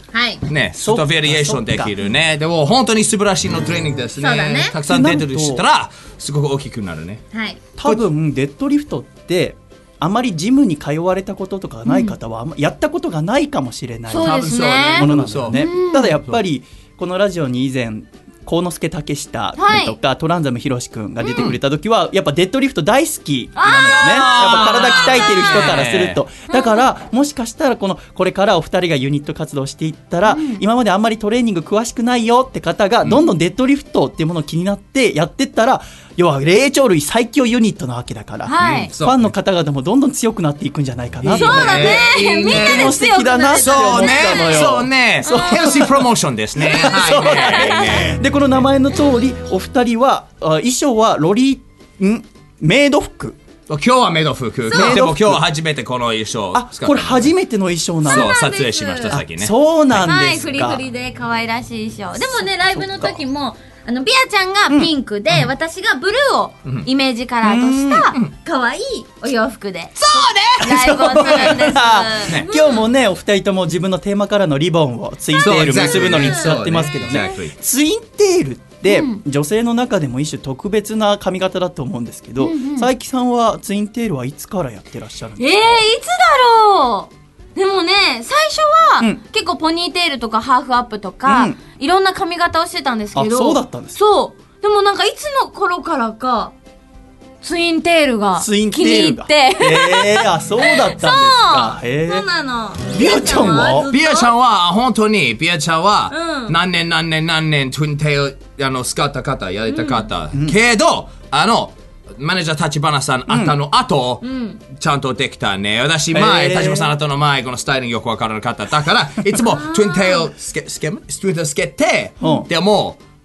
ね、ちょっとバリエーションできるね。でも本当に素晴らしいのトレーニングですね。 そうだね。 たくさんデッドリフトしたら、すごく大きくなるね。 はい。 多分、デッドリフトって、あまりジムに通われたこととかない方は、うん、やったことがないかもしれないものなんだよね。ただやっぱりこのラジオに以前幸之助竹下君とか、はい、トランザムヒロシ君が出てくれた時は、うん、やっぱデッドリフト大好きなのよね。やっぱ体鍛えてる人からすると、だからもしかしたらこのこれからお二人がユニット活動していったら、うん、今まであんまりトレーニング詳しくないよって方がどんどんデッドリフトっていうものを気になってやってったら、要は霊長類最強ユニットなわけだから、はい、ファンの方々もどんどん強くなっていくんじゃないかな。 そうだね。みんなで強くなってそうね。そうね。ヘルシープロモーションですね。 そうだね。でこの名前の通りお二人は衣装はロリんメイド服。 今日はメイド服。でも今日は初めてこの衣装。 あ、これ初めての衣装なの。 そう、撮影しました先ね。 そうなんですか。 はい、フリフリで可愛らしい衣装。でもね、ライブの時もあのビアちゃんがピンクで、うん、私がブルーをイメージカラーとした可愛いお洋服で、 そうね、 ライブをするんです。 ね、今日もねお二人とも自分のテーマカラーのリボンをツインテール結ぶのに使ってますけどね。ツインテールって女性の中でも一種特別な髪型だと思うんですけど、うんうん、佐伯さんはツインテールはいつからやってらっしゃるんですか？ えー、いつだろう。でもね、最初は、うん、結構ポニーテールとかハーフアップとか、うん、いろんな髪型をしてたんですけど。 あ、そうだったんですか？ そう。でもなんかいつの頃からかツインテールが気に入って。 えー、あ、そうだったんですか。 そう、そうなの。 ビアちゃんはビアちゃんは本当にビアちゃんは、うん、何年何年何年ツインテールあの使った方やりたかった、うん、けどあのマネージャー立花さんあったの後、うん、ちゃんとできたね。私前立花さんあったの前このスタイリングよくわからなかっただからいつもツインテールつけつけツインテールつけて、うん、でも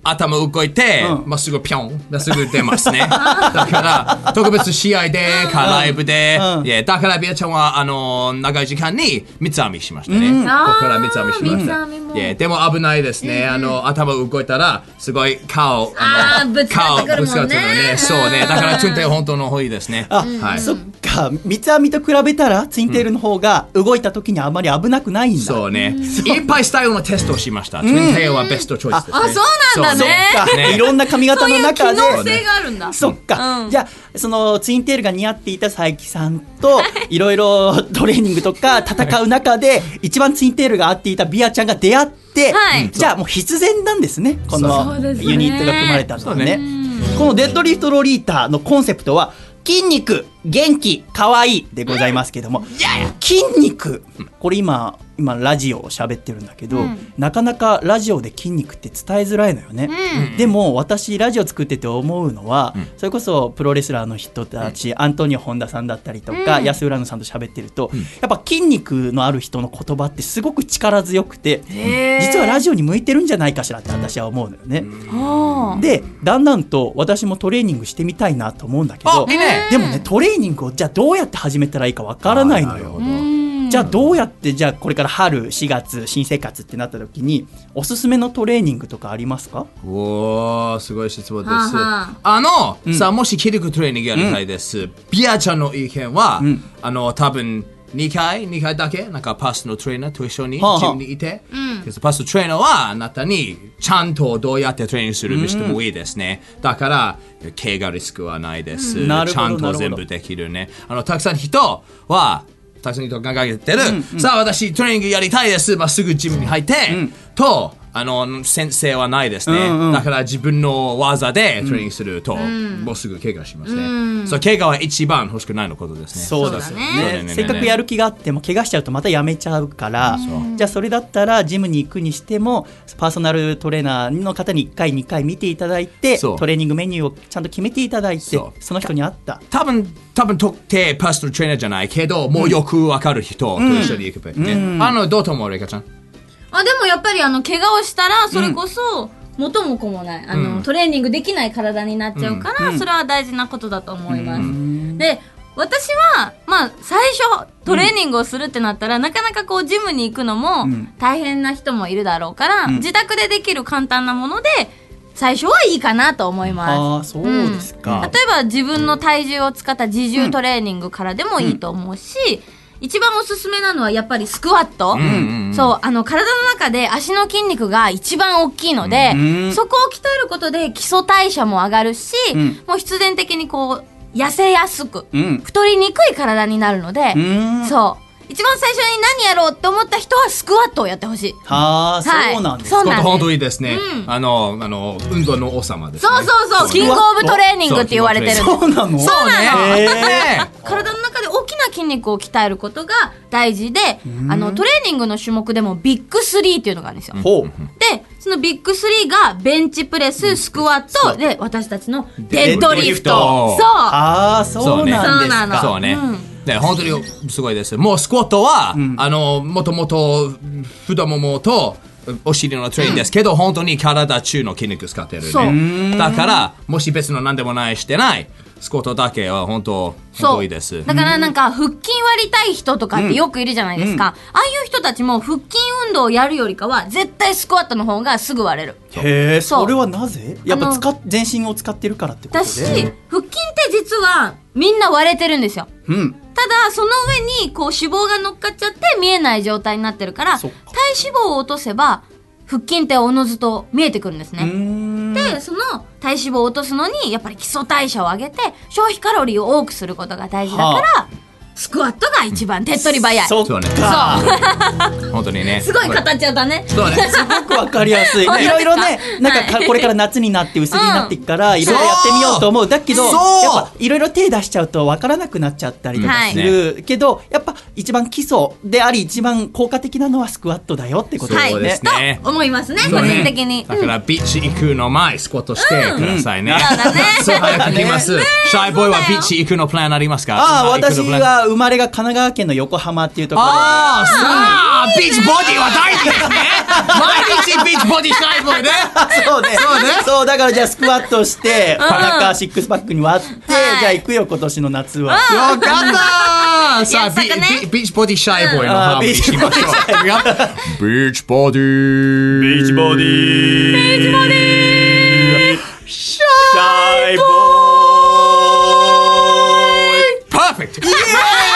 頭動いて、 うんまあ、すぐピョンですぐ出ますね。だから特別試合でかライブで、 うんいやだからビアちゃんはあの長い時間に三つ編みしましたね。 うんここから三つ編みしました。 あー三つ編みもいやでも危ないですね。あの頭動いたらすごい顔のあーぶつかってくるもんね顔ぶつかってくるね。そうね。だからツインテール本当の方がいいですね。 あ、 はい。 そっか、三つ編みと比べたらツインテールの方が動いた時にあまり危なくないんだ。 そうね。いっぱいスタイルのテストをしました。ツインテールはベストチョイスですね。 あそうなんだねそっか、 ねいろんな髪型の中で。 そういう機能性があるんだ。 そっか、 うんじゃあそのツインテールが似合っていた佐伯さんといろいろトレーニングとか戦う中で一番ツインテールが合っていたビアちゃんが出会って、 はいじゃあもう必然なんですね、こそのうですねユニットが組まれたのはね。 そうこのデッドリフトロリータのコンセプトは筋肉、元気、可愛いでございますけども、筋肉、これ今今ラジオを喋ってるんだけど、 うんなかなかラジオで筋肉って伝えづらいのよね、 うんでも私ラジオ作ってて思うのは、それこそプロレスラーの人たち、アントニオ本田さんだったりとか、 うん安浦野さんと喋ってると、やっぱ筋肉のある人の言葉ってすごく力強くて、 へー実はラジオに向いてるんじゃないかしらって私は思うのよね、 はあでだんだんと私もトレーニングしてみたいなと思うんだけど、 あいいねでもねトレーニングをじゃあどうやって始めたらいいかわからないのよ。じゃあどうやってじゃあこれから春しがつ新生活ってなった時におすすめのトレーニングとかありますか？ おーすごい質問です。 はあはあの、 うんさあもし筋肉トレーニングやりたいです。ビアちゃんの意見は、 うんあの多分にかいにかいだけなんかパーソナルトレーナーと一緒にはあはあジムにいて、パーソナルトレーナーはあなたにちゃんとどうやってトレーニングするにしてもいいですね。だから怪我リスクはないです。 うんなるちほどなるほどゃんと全部できるね。あのたくさん人はたくさん人が考えてる、さあ私トレーニングやりたいです、まあ、すぐジムに入って、とあの先生はないですね、 うんうんだから自分の技でトレーニングすると、もうすぐ怪我しますね、そう怪我は一番欲しかないのことですね。 そうですよそうだねねねせっかくやる気があっても怪我しちゃうとまたやめちゃうから、じゃあそれだったらジムに行くにしてもパーソナルトレーナーの方にいっかいにかい見ていただいてそうトレーニングメニューをちゃんと決めていただいてそそうの人に合った多分多分特定パーソナルトレーナーじゃないけど、もうよくわかる人と一緒に行くべきね、あのどうと思うレイカちゃん？ あでもやっぱりあの怪我をしたらそれこそ元も子もないあの、トレーニングできない体になっちゃうから、それは大事なことだと思います、で私はまあ最初トレーニングをするってなったら、なかなかこうジムに行くのも大変な人もいるだろうから、自宅でできる簡単なもので最初はいいかなと思います。 ああそうですか、 例えば自分の体重を使った自重トレーニングからでもいいと思うし、一番おすすめなのはやっぱりスクワット、そうあの体の中で足の筋肉が一番大きいので、 うんそこを鍛えることで基礎代謝も上がるし、 うんもう必然的にこう痩せやすく、 うん太りにくい体になるので、 うんそう一番最初に何やろうって思った人はスクワットをやってほしい。 はあそうなんですか、 そうなんです本当いいですね、 うんあのあの運動の王様ですね。 そうそうそうキングオブトレーニングって言われてるんです。 そうなのそうねへーね体の中で大きな筋肉を鍛えることが大事で、あのトレーニングの種目でもビッグスリーっていうのがあるんですよ。 ほうでそのビッグスリーがベンチプレス、スクワットで私たちのデッドリフト。 デッドリフトそうああそうなんですそうなのかそうね、 うんで本当にすごいです。もうスクワットは、あのもともと太ももとお尻のトレーニングですけど、本当に体中の筋肉使ってるそうね。だからもし別の何でもないしてないスクワットだけは本当本そう当いいです。 だからなんか腹筋割りたい人とかってよくいるじゃないですか、ああいう人たちも腹筋運動をやるよりかは絶対スクワットの方がすぐ割れる。 へえそうそれはなぜやっぱあの使っ全身を使ってるからってことでだし腹筋って実はみんな割れてるんですよ。 うんただその上にこう脂肪が乗っかっちゃって見えない状態になってるからそっ体か脂肪を落とせば腹筋っておのずと見えてくるんですうーね。 んでその体脂肪を落とすのにやっぱり基礎代謝を上げて消費カロリーを多くすることが大事だから、 はスクワットが一番手っ取り早い。 そっそうねか本当にね。 すごい形だね。 そうね。 すごくわかりやすいい本当ですかろいろねなんかかはいこれから夏になって薄着になっていくからいろいろやってみようと思うだけどそうやっぱいろいろ手出しちゃうとわからなくなっちゃったりとかするけどやっぱ一番基礎であり一番効果的なのはスクワットだよってことですそうねですね。 と思いますね個そうね人的に。 だからビーチ行くの前スクワットしてくださいね。 そうだねそう早く行きます。シャイボーイはビーチ行くのプランありますか？ ああ私今行くのプランはは生まれが神奈川県の横浜っていうところで。 ああ、さあ、ビーチボディは大事ですね。毎日ビーチボディしたいもんね。 そうね。 そうね。 そう、だからじゃあスクワットして、お腹シックスパックに割って、じゃあ行くよ、今年の夏は。 よかったさあ、ビーチボディシャイボーイのハーモニーしましょう。ビーチボディビーチボディビーチボディシャイボーイパーフェクトイエ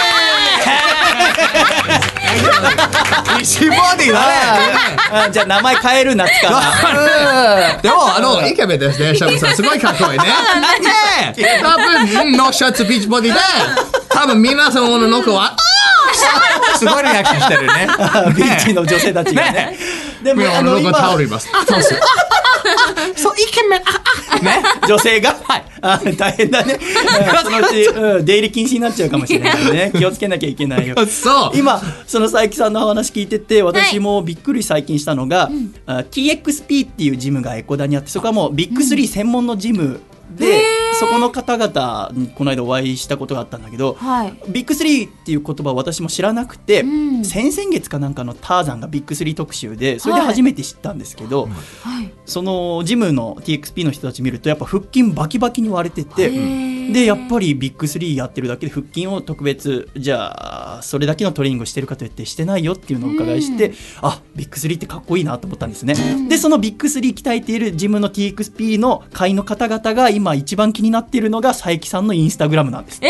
ーイビーチボディだね。 じゃあ名前変える夏からでもあのイケメンですね、シャムさんすごいかっこいいね。で多分ノーシャツビーチボディで多分皆さんの子はすごいリアクションしてるね。 ビーチの女性たちがね。でもあの今倒れます。そうイケメンね女性があ大変だね。そのうち出入り禁止になっちゃうかもしれないね。気をつけなきゃいけないよ。 そう今その佐伯さんの話聞いてて私もびっくり最近したのが ティーエックスピー っていうジムがエコダにあって、そこはもうビッグスリー専門のジムで、そこの方々にこの間お会いしたことがあったんだけど、はい、ビッグスリーっていう言葉を私も知らなくて、うん、先々月かなんかのターザンがビッグスリー特集でそれで初めて知ったんですけど、はい、そのジムの ティーエックスピー の人たち見るとやっぱ腹筋バキバキに割れてて、でやっぱりビッグスリーやってるだけで腹筋を特別じゃあそれだけのトレーニングをしてるかといってしてないよっていうのをお伺いして、うん、あビッグスリーってかっこいいなと思ったんですね、うん、でそのビッグスリー鍛えているジムの ティーエックスピー の会の方々が今一番気になっているのが佐伯さんのインスタグラムなんです。 えー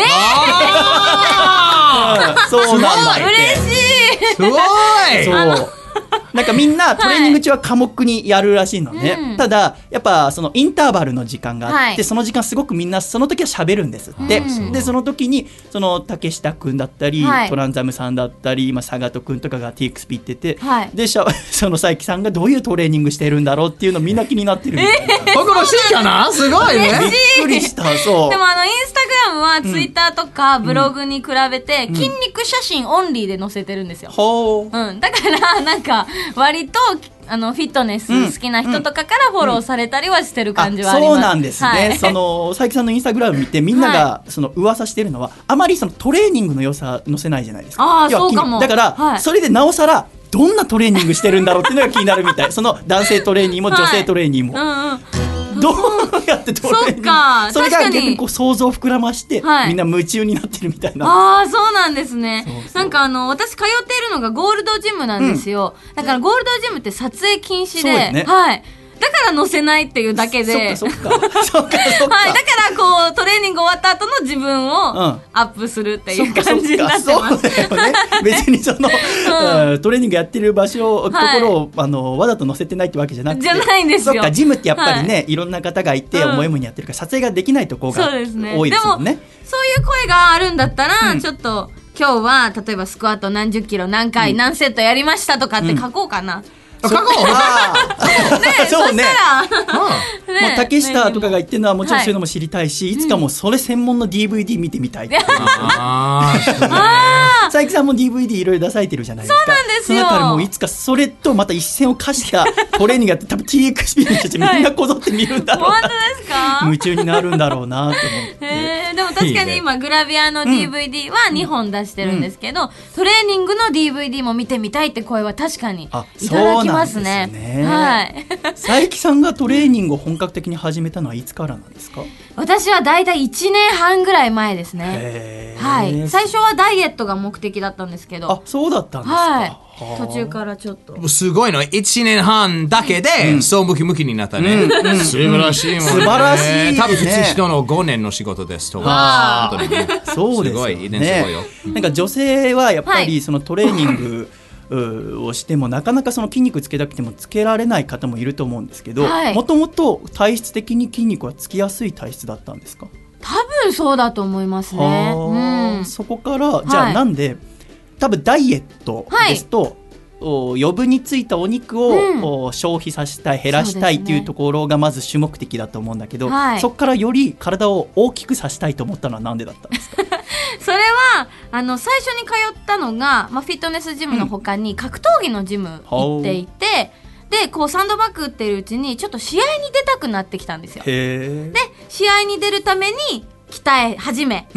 うん、そうなんだって。 嬉しい。 すごい。 そうなんかみんなトレーニング中は科目にやるらしいのね、はい、ただやっぱそのインターバルの時間があって、はい、その時間すごくみんなその時は喋るんですって、うん、でその時にその竹下くんだったり、はい、トランザムさんだったり今佐賀戸くんとかが ティーエックスピー って言って、はい、でその佐伯さんがどういうトレーニングしてるんだろうっていうのみんな気になってるみたいな、 えー、僕らしいかなすごいねびっくりした。そうでもあのインスタグラムはツイッターとかブログに比べて筋肉写真オンリーで載せてるんですよ、うんうん、だからなんか割とあのフィットネス好きな人とかからフォローされたりはしてる感じはあります、 うんうん、そうなんですね、はい、その佐伯さんのインスタグラム見てみんながその噂してるのは、はい、あまりそのトレーニングの良さ載せないじゃないですか。 ああそうかも。 だから、はい、それでなおさらどんなトレーニングしてるんだろうっていうのが気になるみたい。その男性トレーニーも女性トレーニーも、はいうんうん、どうやってトレーニング、そうか、それが逆にこう想像を膨らまして、はい、みんな夢中になってるみたいな。 ああそうなんですね。そうそうなんかあの私通っているのがゴールドジムなんですよ、うん、だからゴールドジムって撮影禁止で、ね、はいだから載せないっていうだけで、 そっかそっかそっかそっか、 はい、だからこうトレーニング終わった後の自分をアップするっていう感じになってます、うん、そうだよね。 別にその、うん、トレーニングやってる場所、はい、ところをあのわざと載せてないってわけじゃなくて、 じゃないんですよ。 そっかジムってやっぱりね、はい、いろんな方がいて思い思いにやってるから撮影ができないところが多いですもんね。 そうですね。でもそういう声があるんだったら、うん、ちょっと今日は例えばスクワット何十キロ何回、うん、何セットやりましたとかって書こうかな、うん書こうね、そうね。 うんね、 もう竹下とかが言ってるのはもちろんそういうのも知りたいし、はい、いつかもうそれ専門の ディーブイディー 見てみたいって、うん、あ佐伯さんも ディーブイディー いろいろ出されてるじゃないですか。 そうなんですよ。 だからもういつかそれとまた一線を課したトレーニングやって多分 ティーエックスピー の人たちみんなこぞって見るんだろうな、 はい、本当ですか。 夢中になるんだろうなと思って、 えー、でも確かに今グラビアの ディーブイディー はにほん出してるんですけど、うん、トレーニングの ディーブイディー も見てみたいって声は確かにいただきますね。はい、 佐伯さんがトレーニングを本格的に始めたのはいつからなんですか。 私はだいたいいちねんはんぐらい前ですね。はい、最初はダイエットが目的だったんですけど。 あ、そうだったんですか。 はい、途中からちょっとすごいのいちねんはんだけで、うん、そうムキムキになったね、うんうん、素晴らしいもんね。 素晴らしい、ね、 多分普通人のごねんの仕事ですとか、 ね、そうですよね。すごい遺伝すごいよ。なんか女性はやっぱりそのトレーニング、はいをしてもなかなかその筋肉つけたくてもつけられない方もいると思うんですけど、もともと体質的に筋肉はつきやすい体質だったんですか。 多分そうだと思いますね、うん、 そこからじゃあなんで、はい、多分ダイエットですと、はい余分についたお肉を、うん、消費させたい減らしたいっていうところがまず主目的だと思うんだけど、 そ,、はい、そこからより体を大きくさせたいと思ったのはなんでだったんですか。 それはあの最初に通ったのが、まあ、フィットネスジムの他に格闘技のジム行っていて、うん、でこうサンドバッグ打ってるうちにちょっと試合に出たくなってきたんですよ。で試合に出るために鍛え始め、うん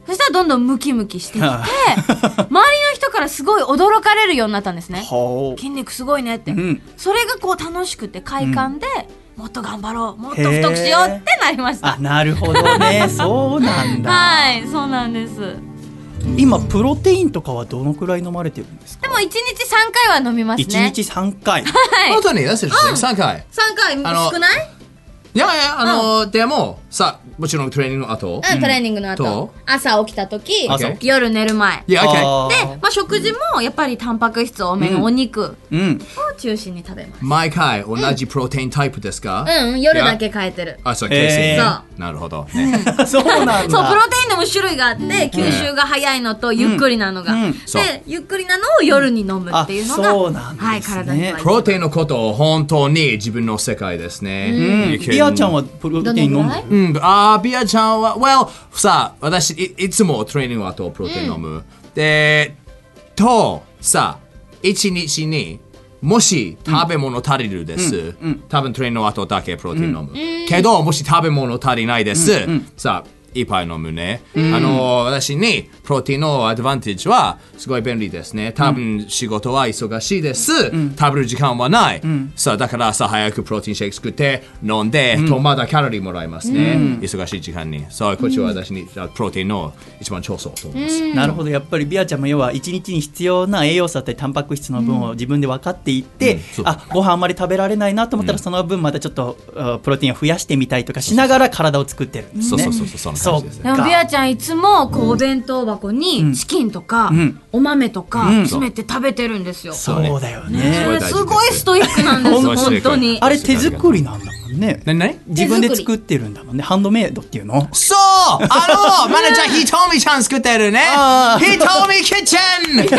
そしたらどんどんムキムキしてきて周りの人からすごい驚かれるようになったんですね。筋肉すごいねって、うん、それがこう楽しくて快感で、うん、もっと頑張ろうもっと太くしようってなりました。 あ、なるほどねそうなんだはいそうなんです。 今プロテインとかはどのくらい飲まれてるんですか？ でもいちにちさんかいは飲みますね。 いちにちさんかいはい本当にですよね、さんかいさんかい少ない？ いやいやあの、うん、でもさもちろんトレーニングの後、 うん、トレーニングの後、朝起きた時、夜寝る前、 いや、 okay、で、まあ、食事もやっぱりタンパク質多めのお肉を中心に食べます、うん、 毎回同じプロテインタイプですか？ うん、うん、夜だけ変えてる。 あ、そう、ケーシー、 そうなるほど、ね、 そうなんだ。 そう、プロテインでも種類があって吸収が早いのとゆっくりなのが、うんうん、でゆっくりなのを夜に飲むっていうのが、 そうなんですね、はい、体にはプロテインのことを本当に自分の世界ですね、 うん、ビアちゃんはプロテイン飲む？ うん、あービアちゃんは well さあ私 い, いつもトレーニング後プロテイン飲む、うん、でとさいちにちにもし食べ物足りるです、うんうん、多分トレーニング後だけプロテイン飲む、うん、けどもし食べ物足りないです、うんうん、さあ一杯飲むね、うん、あの私にプロテインのアドバンテージはすごい便利ですね。多分仕事は忙しいです、うん、食べる時間はない、うん、さあだから朝早くプロテインシェイク作って飲んで、うん、とまだキャロリーもらいますね、うん、忙しい時間に。そうこっちは私にプロテインの一番調査と思います、うん、 なるほど。やっぱりビアちゃんも要はいちにちに必要な栄養素だったりタンパク質の分を自分で分かっていって、うん、あご飯あんまり食べられないなと思ったら、うん、その分またちょっとプロテインを増やしてみたりとかしながら体を作ってるんですね。 そうそうそうそうそんな感じですね。 でもビアちゃんいつもこうお弁当箱にチキンとか、うん、お豆とか詰めて食べてるんですよ、うん、 そうだよね、 ね、すごいストイックなんです本当に。 あれ手作りなんだもんね。 何何自分で作ってるんだもんね。ハンドメイドっていうの。 そうあのマネージャーヒトミちゃん作ってるねヒトミキッチンイエーイ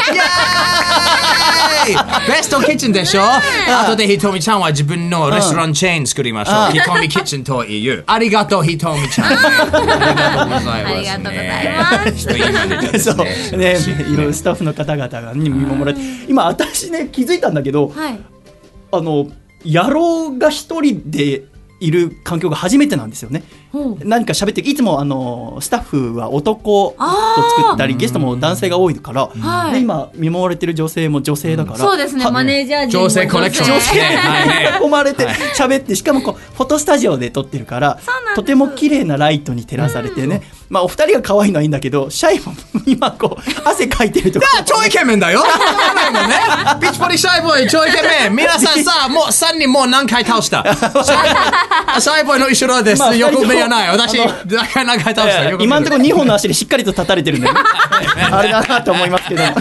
ベストキッチンでしょ。あとでヒトミちゃんは自分のレストランチェーン作りましょう。ヒトミキッチンというありがとうヒトミちゃん、ね、ありがとうございます。 ありがとうございますそうね、いろいろスタッフの方々が見守られて、今私ね気づいたんだけど、はい、あの野郎が一人でいる環境が初めてなんですよね。何か喋っていつもあのスタッフは男と作ったりゲストも男性が多いから、うん、で今見守られてる女性も女性だから、うん、 そうですねマネージャー陣も女性コネクション女性に囲まれて喋って、しかもこうフォトスタジオで撮ってるからとても綺麗なライトに照らされてね、うん、まあお二人が可愛いのはいいんだけどシャイも今こう汗かいてるとか超イケメンだよビッチポリシャイボーイ超イケメン皆さんさもうさんにんもう何回倒したシャイボーイの後ろです、まあ、横目はない私何回倒した、 えー、今のところにほんの足でしっかりと立たれてるんで、ね、あれだなと思いますけどふ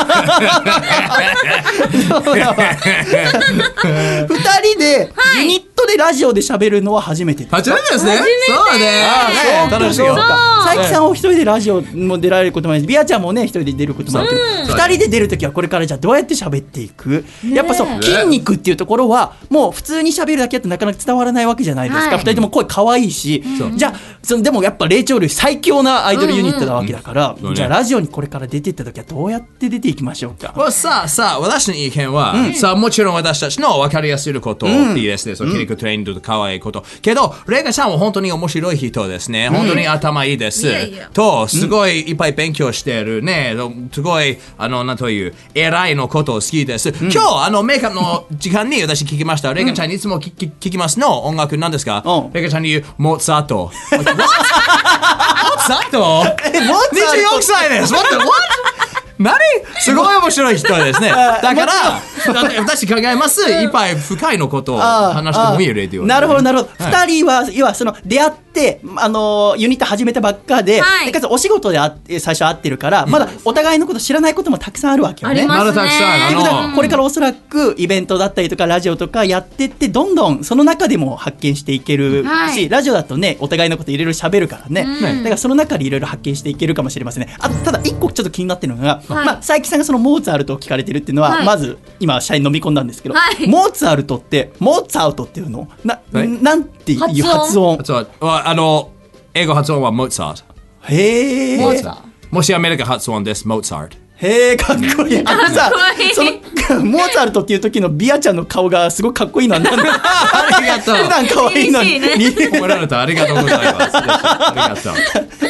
たりでユニットでラジオで喋るのは初めて初めてですね。そうね、 あそう楽しいよ。佐伯さんお一人でラジオも出られることもあるしビアちゃんもね一人で出ることもあるけど、ふたりで出るときはこれからじゃあどうやって喋っていく、やっぱそう筋肉っていうところはもう普通に喋るだけだとなかなか伝わらないわけじゃないですか、はい、ふたりとも声可愛いし、うん、じゃあそのでもやっぱ霊長類最強なアイドルユニットなわけだから、うんうんうん、じゃあラジオにこれから出ていったときはどうやって出ていきましょうか。 well, さあさあ私の意見は、うん、さあもちろん私たちの分かりやすいこと、うん、いいですね、その筋肉トレーニングと可愛いこと、うん、けどレイカさんは本当に面白い人ですね、うん、本当に頭いいです、うん、とすごいいっぱい勉強してるね、すごいあのなんという偉いのこと好きです、うん、今日あのメイクアップの時間に私聞きました、レイカちゃんにいつも聞き、聞きますの音楽なんですか、うん、レイカちゃんに言うモーツァルトモーツァルトにじゅうよんさいです What the what? 何すごい面白い人ですね。だから私考えます、いっぱい深いのことを話してもいいレディオ。 なるほどなるほど、はい、ふたりは要はその出会ってあのユニット始めたばっかで、はい、かつお仕事であって最初会ってるから、うん、まだお互いのこと知らないこともたくさんあるわけよね。 ありますね。まだたくさんあのこれからおそらくイベントだったりとかラジオとかやってってどんどんその中でも発見していけるし、はい、ラジオだとねお互いのこといろいろ喋るからね、うん、だからその中でいろいろ発見していけるかもしれませんね。あただ一個ちょっと気になってるのが、はい、まあ佐伯さんがそのモーツァルトを聞かれてるっていうのは、はい、まず今社員飲み込んだんですけど、はい、モーツァルトってモーツァルトっていうのな、はい、なんていう発音発音あの英語発音はモーツァルト。 へえ。 もしアメリカ発音です、モーツァルト。 へえ、かっこいい。あのさ、そのモーツァルトっていう時のビアちゃんの顔がすごくかっこいいな。ありがとう。 普段可愛いのに。 褒められた、ありがとうございます。ありがとう。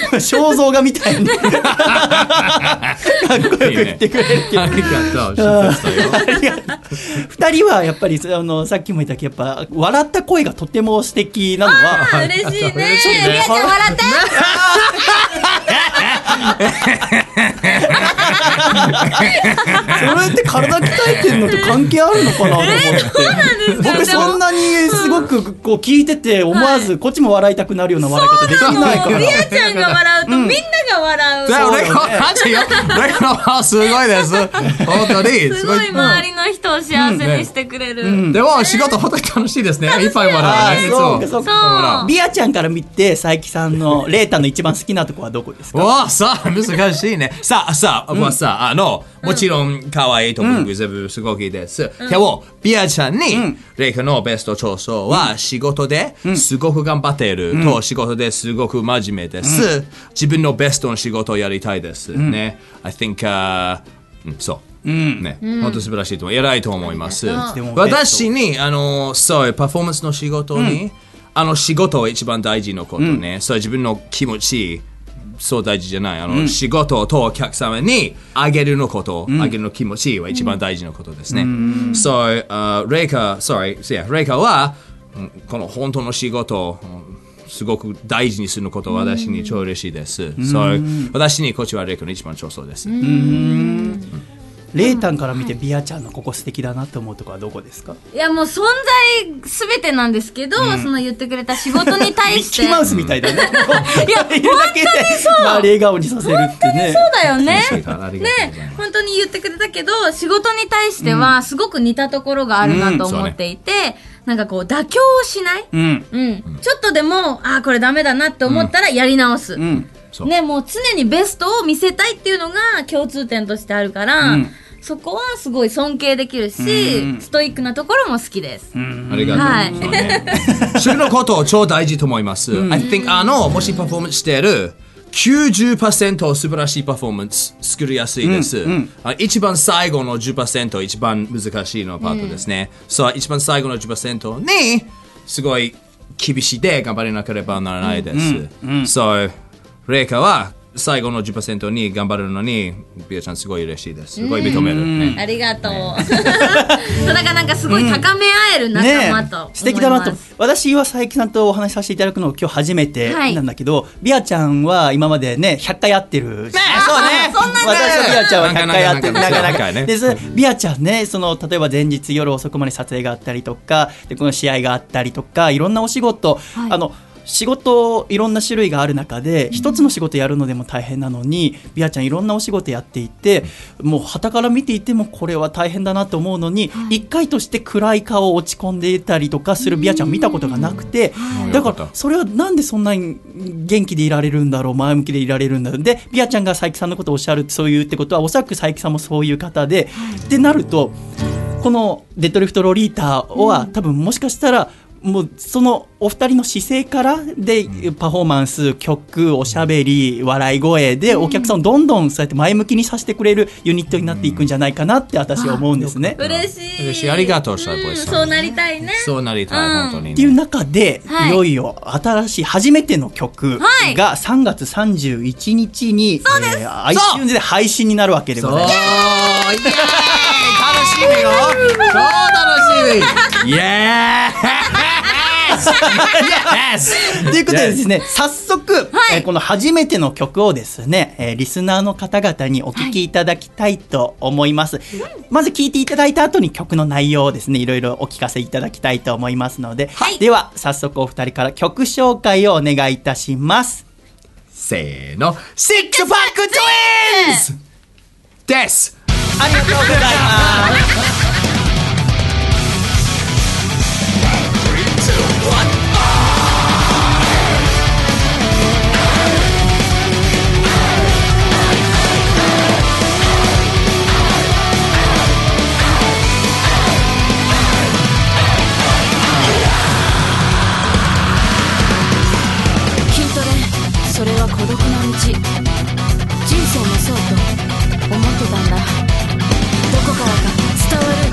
肖像画みたいにかっこよく言ってくれるけど、 ありがとう。親切だよ。 二人はやっぱりあのさっきも言ったけど、やっぱ笑った声がとても素敵なのはあ嬉しいね。 嬉しいねリアちゃん笑って。 それって体鍛えてるのと関係あるのかなと思って、 えー、 僕そんなにすごくこう聞いてて思わずこっちも笑いたくなるような笑い方できないから、 リアちゃんが笑うとみんなが笑う。 じゃあ、レコマジよ。レコはすごいです。本当に。 すごい周りの人を幸せにしてくれる。 でも仕事本当に楽しいですね。いっぱい笑うね。 そうかそうか。 そうビアちゃんから見て佐伯さんのレータの一番好きなとこはどこですか？ わあ、さあ難しいね。さあさあ、まあさあ、あのもちろん可愛いと僕全部すごくいいです。でもビアちゃんにレイカのベスト長所は仕事ですごく頑張っていると、仕事ですごく真面目です。自分のベストの仕事をやりたいですね。I think、uh, そう。ね、本当素晴らしいと思う。偉いと思います。私にあのそうパフォーマンスの仕事に、あの仕事は一番大事なことね。そう自分の気持ち。そう大事じゃない。あの、うん、仕事とお客様にあげるのこと、うん、あげるの気持ちは一番大事なことですね。うん、そう、uh, レイカ、sorry、yeah、レイカは、この本当の仕事、すごく大事にすることは私に超嬉しいです。うん、そう、私にこっちはレイカの一番長所です。うんうんレイタンから見てビアちゃんのここ素敵だなと思うところはどこですか？ いやもう存在すべてなんですけど、うん、その言ってくれた仕事に対してミッキーマウスみたいだね。 いや本当にそう。 周り笑顔にさせるってね。 そうだよね。ね本当に言ってくれたけど仕事に対してはすごく似たところがあるなと思っていて、うんうんね、なんかこう妥協をしない。うんうん、ちょっとでもあこれダメだなって思ったらやり直す。うんね、もう常にベストを見せたいっていうのが共通点としてあるから、うん、そこはすごい尊敬できるし、うん、ストイックなところも好きです、うん、 ありがとう、はいね、そのことを超大事と思います、うん、I think あのもしパフォーマンスしている きゅうじゅっパーセント 素晴らしいパフォーマンス作りやすいです、うんうん、一番最後の じゅっパーセント 一番難しいのパートですね、うん、そう一番最後の じゅっパーセント にすごい厳しいで頑張らなければならないです、うんうん、そうレイカは最後の じゅっパーセント に頑張るのにビアちゃんすごい嬉しいです。すごい認める、ね、 ありがとう、ね、そうだからなんかすごい高め合える仲間と、 ね、素敵だなと。私は佐伯さんとお話しさせていただくの今日初めてなんだけど、はい、ビアちゃんは今までねひゃっかい会ってる、ね、そうねそんな私とビアちゃんはひゃっかい会ってるなかなかでビアちゃんねその例えば前日夜遅くまで撮影があったりとかでこの試合があったりとかいろんなお仕事、はい、あの仕事いろんな種類がある中で一つの仕事やるのでも大変なのにビアちゃんいろんなお仕事やっていてもう傍から見ていてもこれは大変だなと思うのに一回として暗い顔落ち込んでいたりとかするビアちゃん見たことがなくてだからそれはなんでそんなに元気でいられるんだろう前向きでいられるんだろうでビアちゃんが佐伯さんのことをおっしゃるそういうってことはおそらく佐伯さんもそういう方でってなるとこのデッドリフトロリータは多分もしかしたらもうそのお二人の姿勢からでパフォーマンス曲おしゃべり笑い声でお客さんをどんどんそうやって前向きにさせてくれるユニットになっていくんじゃないかなって私は思うんですね。 嬉しい嬉しいありがとうシャーボイさん、 そうなりたいねそうなりたい、うん、本当に、ね、 っていう中で、はい、いよいよ新しい初めての曲がさんがつさんじゅういちにちに、はいえー、iTunes で配信になるわけでございます。 そうイエーイ楽しみよ超楽しみイエーイということでですね、早速、はいえー、この初めての曲をですね、えー、リスナーの方々にお聴きいただきたいと思います、はい、まず聴いていただいた後に曲の内容をですねいろいろお聞かせいただきたいと思いますので、はい、では早速お二人から曲紹介をお願いいたします。 せーのシックスパックトゥインズです。 ありがとうございますそれは孤独な道、人生もそうと思ってたんだ。どこからか伝わる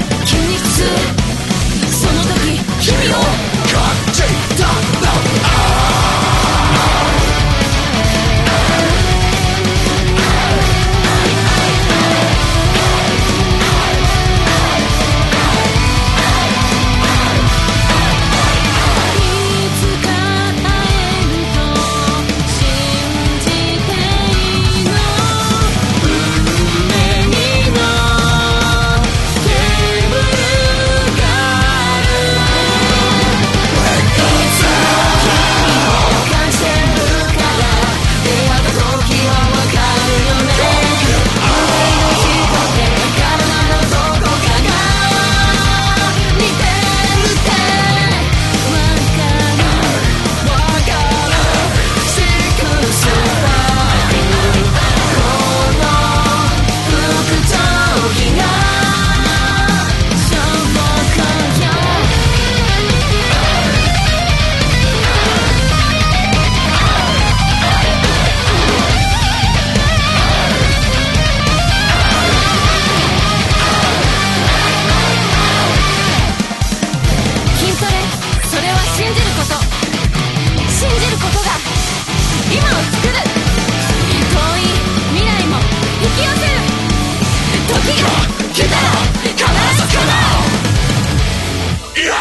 信じること信じることが今を作る遠い未来も引き寄せる時が来たら必ず叶ういや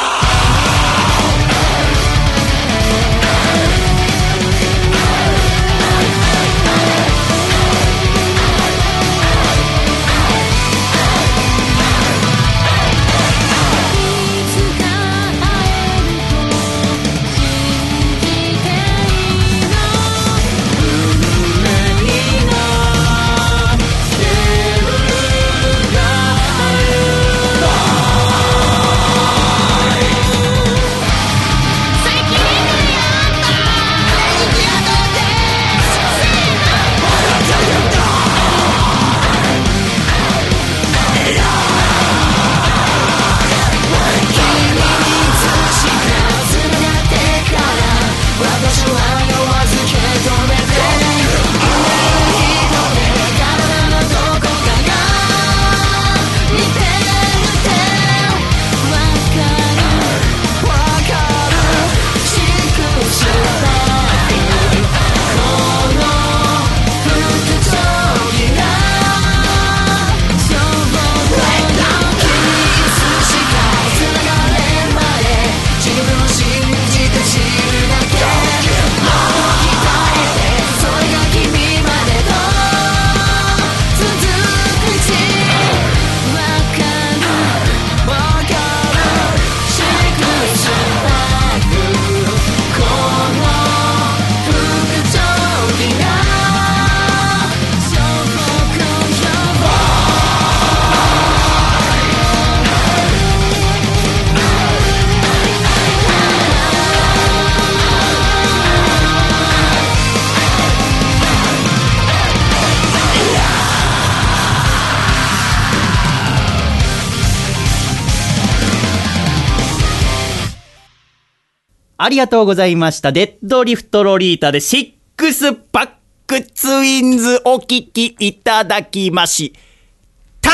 ありがとうございました。デッドリフトロリータでシックスパックツインズお聞きいただきました。イ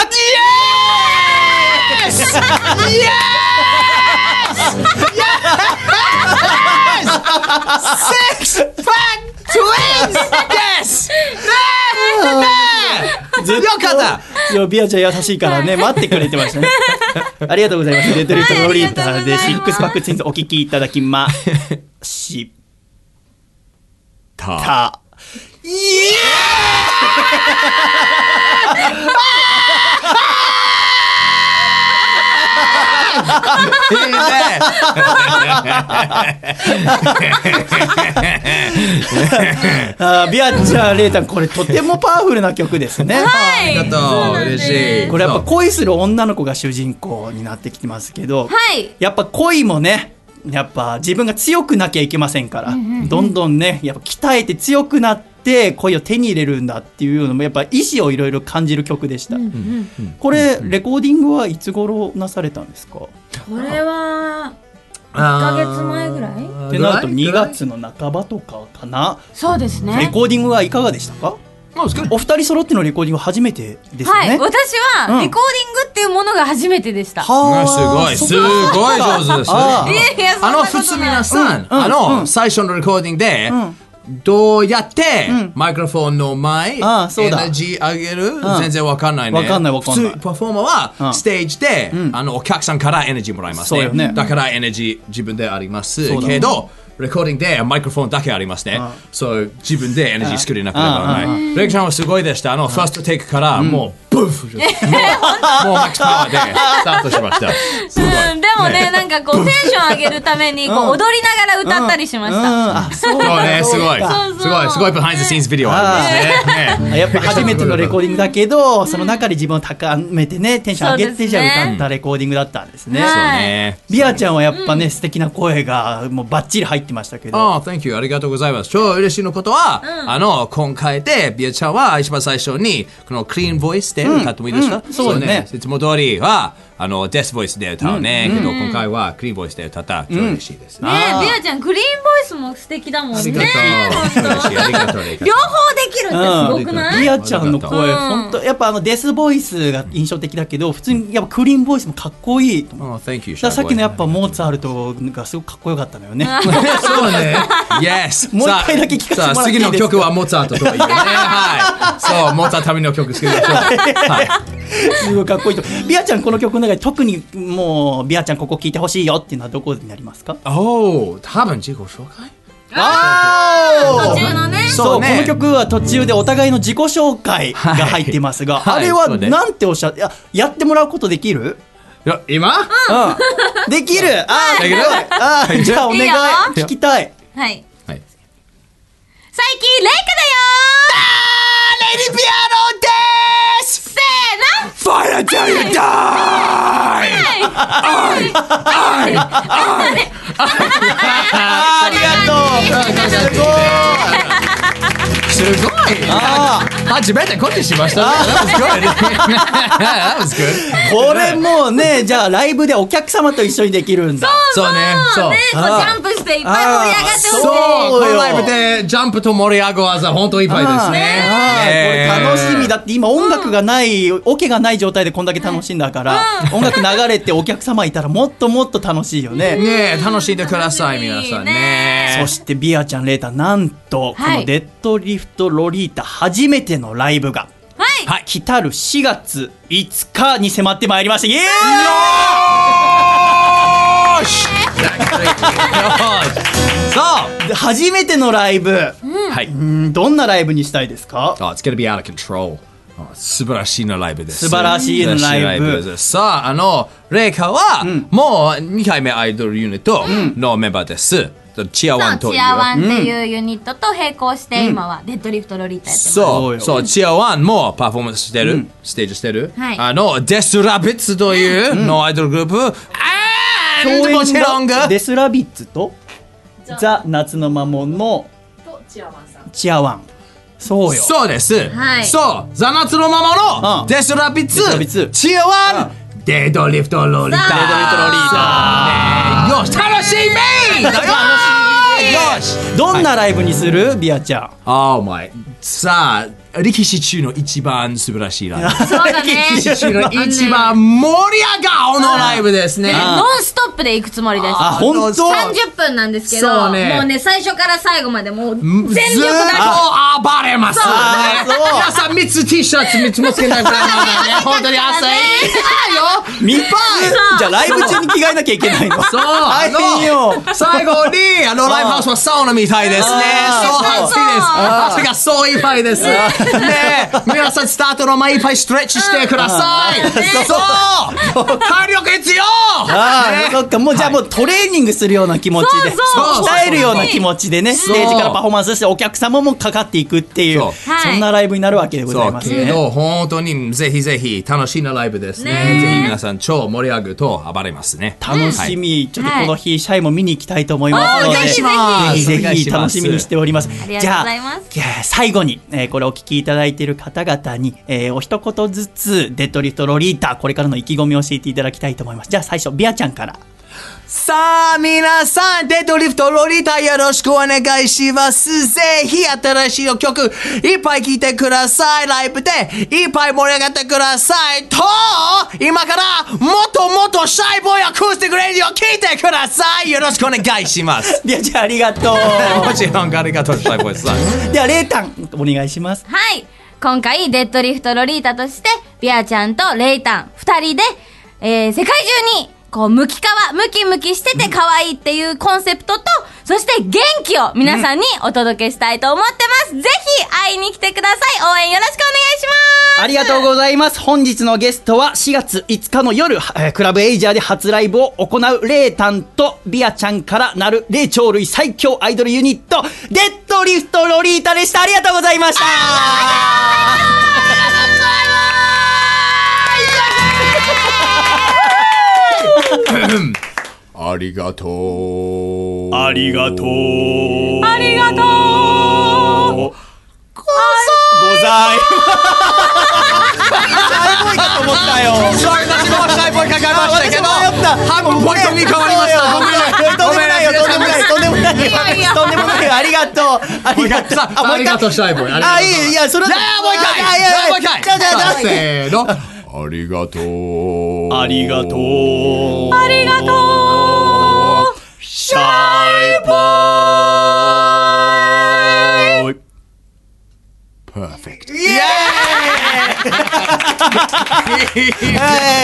エースイエースイエースシックスパックツインズですずっとよかったよ、ビアちゃん優しいからね、待ってくれてましたね。ありがとうございます。デッドリフトロリータでシックスパックツインズお聞きいただきましたたイエーいいねあビアちゃん、レイタン、これとてもパワフルな曲ですね。 はい、 ありがとう、嬉しい。 これやっぱ恋する女の子が主人公になってきてますけど、 はい、 やっぱ恋もね、やっぱ自分が強くなきゃいけませんから、うんうんうん、どんどんね、やっぱ鍛えて強くなって恋を手に入れるんだっていうのもやっぱ意志をいろいろ感じる曲でした、うんうんうん、これレコーディングはいつ頃なされたんですか？ これはいっかげつまえぐらいってなるとにがつの半ばとかかな。 そうですね。 レコーディングはいかがでしたか？お二人揃ってのレコーディング初めてですよね。 はい、私はレコーディングっていうものが初めてでした。 うん、すごいすごい上手です。あ, いやいやあの普通皆さん、うんうん、あの、うん、最初のレコーディングで、うんどうやって、うん、マイクロフォンの前エナジー上げる、うん、全然わかんないね。 わかんないわかんない。 普通パフォーマーは、うん、ステージで、うん、あのお客さんからエナジーもらいますね。ねだからエナジー自分でありますけど、レコーディングでマイクロフォンだけありますね。そう自分でエナジー作りなければならない。レイちゃんはすごいでした。あのファーストテイクからもうブフもうマックスパワーでスタートしました。すごい。 うん、でもね、なんかこうテンション上げるためにこう踊りながら歌ったりしました。 そうね、すごいすごいすごいビハインドシーンズビデオありますね。 やっぱ初めてのレコーディングだけど、その中で自分を高めてね、テンション上げてじゃあ歌ったレコーディングだったんですね。そうね。ビアちゃんはやっぱね、素敵な声がもうバッチリ入ってましたけど。 ああ、Thank you、ありがとうございます。超嬉しいのことは、あの今回でビアちゃんは一番最初にこのクリーンボイスで歌ってもいいですか？そうね。いつも通りはあのデスボイスで歌うね、けど今回はクリーンボイスで歌った超嬉しいですね。 ねえ、ビアちゃんクリーンボイスも素敵だもんね。 ありがとう。嬉しい、ありがとう。 両方できるってすごくない？ ビアちゃんの声、本当やっぱあのデスボイスが印象的だけど、普通にやっぱクリーンボイスもかっこいいと思う。 Oh, thank you. だからさっきのやっぱモーツァルトがすごくかっこよかったのよね。 そうね。Yes。 もう一回だけ聞かせてもらっていいですか？ さあ次の曲はモーツァルトというね。はい。そう、モーツァルトための曲作りましょう。はい。 すごいかっこいいと。ビアちゃんこの曲の中で特にもうビアちゃんここ聴いてほしいよっていうのはどこになりますか？ おお、多分自己紹介。 あ途中のね。 そう、この曲は途中でお互いの自己紹介が入っていますが、 はいあれはそうねなんておっしゃって、ややってもらうことできる？ いや今？ うん、できる。あー、 できるあー、じゃあお願いいいよ聞きたい。 はい。 はい。 最近レイカレディピアノです。 だよ。せーの。 ファイナルタイムダイ。 ありがとう。すごい。 すごい。 あ初めてこっちしましたね。That was good. That was good. これもうね、じゃあライブでお客様と一緒にできるんだ。 そうね。そう。 ね、こうジャンプしていっぱい盛り上がってほしい。 そう、このライブでジャンプと盛り上がる技本当いっぱいですね。 あーこれ楽しみだって。今音楽がない、オケがない状態でこんだけ楽しいんだから、音楽流れてお客様いたらもっともっと楽しいよね。 ねえ、楽しんでください皆さんね。 そしてビアちゃんレータなんと、 はいこのデッドリフトロリータ初めてのライブがはい。 はい。 来たるしがついつかに迫ってまいりました。イエーイよし。そう。 で初めてのライブ、 はい。 うんどんなライブにしたいですか？ Oh, it's gonna be out of control. 素晴らしいのライブです。 素晴らしいのライブ素晴らしいですさあ、あの、レイカは、もうにかいめアイドルユニットのメンバーです。チアワンという。 チアワンっていうユニットと並行して今はデッドリフトロリータやってます。 そう、そう、チアワンもパフォーマンスしてる、ステージしてる。 はいあの、デスラビッツというのアイドルグループ。あー、もちろんが。 デスラビッツとザ・夏の魔物のチアワン。そうよ。 そうです。 はいそう、ザナツのままうんのデスラビッデスラビッツツ、チアワン、デッドリフトロリータ。 デッドリフトロリータねよし、楽しみ楽しみよしどんなライブにする？ビアちゃん。 Oh my さあ、歴史中の一番素晴らしいライブ。 そうだね。 歴史中の一番盛り上がるのライブですね。 ノンストップで行くつもりです。 あ、本当？ さんじゅっぷんなんですけど、 そうねもうね、最初から最後までもう全力ずーっとだ暴れます。 あーそう皆さん、みっつ T シャツみっつもつけないからね。本当に朝いいよ。 みっつじゃあライブ中に着替えなきゃいけないの？ そう、 大あ変よ。 の、最後に、あの、ライブハウスはサウナみたいですね。 あーそう、暑いです。汗がそういっぱいです。ねえ、皆さん、スタートの前いっぱいストレッチしてください。そう体力必要ああ、 ねそっか、もうじゃあもうトレーニングするような気持ちで、 そうそう鍛えるような気持ちでね、ステージからパフォーマンスしてお客様もかかっていくっていう、 そうそんなライブになるわけでござそいうますね。 けど、本当にぜひぜひ楽しいなライブですね。 ねぜひ皆さん超盛り上がると暴れますね。 楽しみ、ちょっとこの日、シャイも見に行きたいと思いますので、 おーぜひぜひぜひぜひ楽しみにしております。 ありがとうございますじゃあ、いや最後に、えーこれお聞きいただいている方々に、えーお一言ずつ、デッドリフトロリータ、これからの意気込みを教えていただきたいと思います。じゃあ最初、ビアちゃんから。 さあ、皆さん、デッドリフトロリータよろしくお願いします。ぜひ新しい曲いっぱい聴いてください。ライブでいっぱい盛り上がってください。と、今からもっともっとシャイボーイアコースティックレディを聴いてください。よろしくお願いします。 ビアちゃんありがとう。 もちろんありがとう、シャイボーイさん。 では、レイタン、お願いします。 はい。今回、デッドリフトロリータとして、ビアちゃんとレイタン、二人で、えー、世界中に、こう、ムキカワ、ムキムキしてて可愛いっていうコンセプトと、そして元気を皆さんにお届けしたいと思ってます。ぜひ会いに来てください。応援よろしくお願いします。 ありがとうございます。本日のゲストはしがついつかの夜、えークラブエイジャーで初ライブを行うレイタンとビアちゃんからなる霊長類最強アイドルユニット、デッドリフトロリータでした。ありがとうございました。 ありがとう。 ありがとう。 ありがとう。 ございますシャイボーイかと思ったよ。 それ私もシャイボーイかかりましたけど半分ポイントに変わりました。ごめんなさい。 とんでもないよ、とんでもない、とんでもないよ、とんでもないよ、ありがとう、ありがとう、 ありがとうシャイボーイ。 あ、いい、いや、それ、 じゃあもう一回、 いやいやいやもう一回、 じゃあじゃあじゃあせーの、ありがとう、 ありがとう、 ありがとうシャイボーイ。 パーフェクト。 イエーイ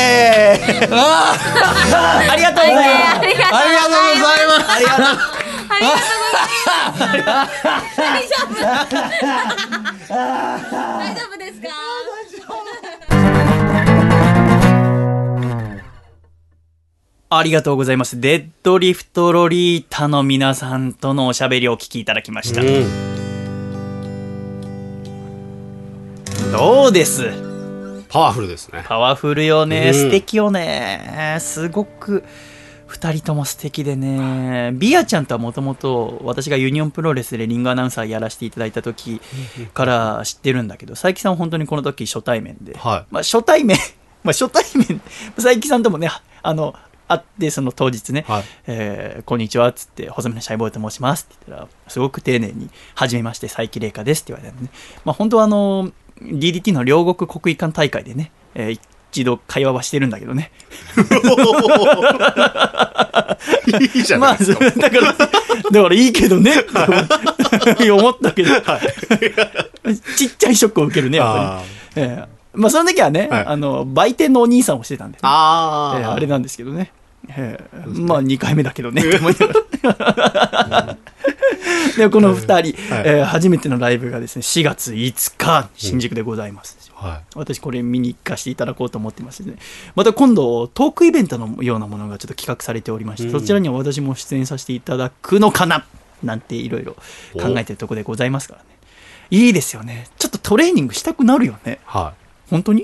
ありがとうございます。 ありがとうありがとうございます。 ありがとう。 ありがとうございます大丈夫大丈夫ですか。 ありがとうございます。デッドリフトロリータの皆さんとのおしゃべりをお聞きいただきました。うん、どうです？ パワフルですね。 パワフルよね、 うん、 素敵よね。すごくふたりとも素敵でね。ビアちゃんとはもともと私がユニオンプロレスでリングアナウンサーやらせていただいた時から知ってるんだけど、佐伯さんは本当にこの時初対面で、 はい、 まあ、初対面まあ初対面佐伯さんともね、あの会ってその当日ね、はい、えー、こんにちはっつって、細身のシャイボーイと申しますって言ったら、すごく丁寧にはじめまして佐伯玲香ですって言われたのね。まあ本当はあの ディーディーティー の両国国技館大会でね、えー、一度会話はしてるんだけどね。 いいじゃないですか。 まあ、だからだからいいけどねって思ったけど、はい、ちっちゃいショックを受けるねやっぱり。えーまあその時はね、はい、あの売店のお兄さんをしてたんで、ね、 あ, えー、あれなんですけどね、えー、まあにかいめだけどねでこのふたり、はい、えー、初めてのライブがですねしがついつか新宿でございます、うん、はい、私これ見に行かせていただこうと思ってましてね、また今度トークイベントのようなものがちょっと企画されておりまして、うん、そちらには私も出演させていただくのかななんていろいろ考えてるところでございますからね。いいですよね。ちょっとトレーニングしたくなるよね。はい、本当に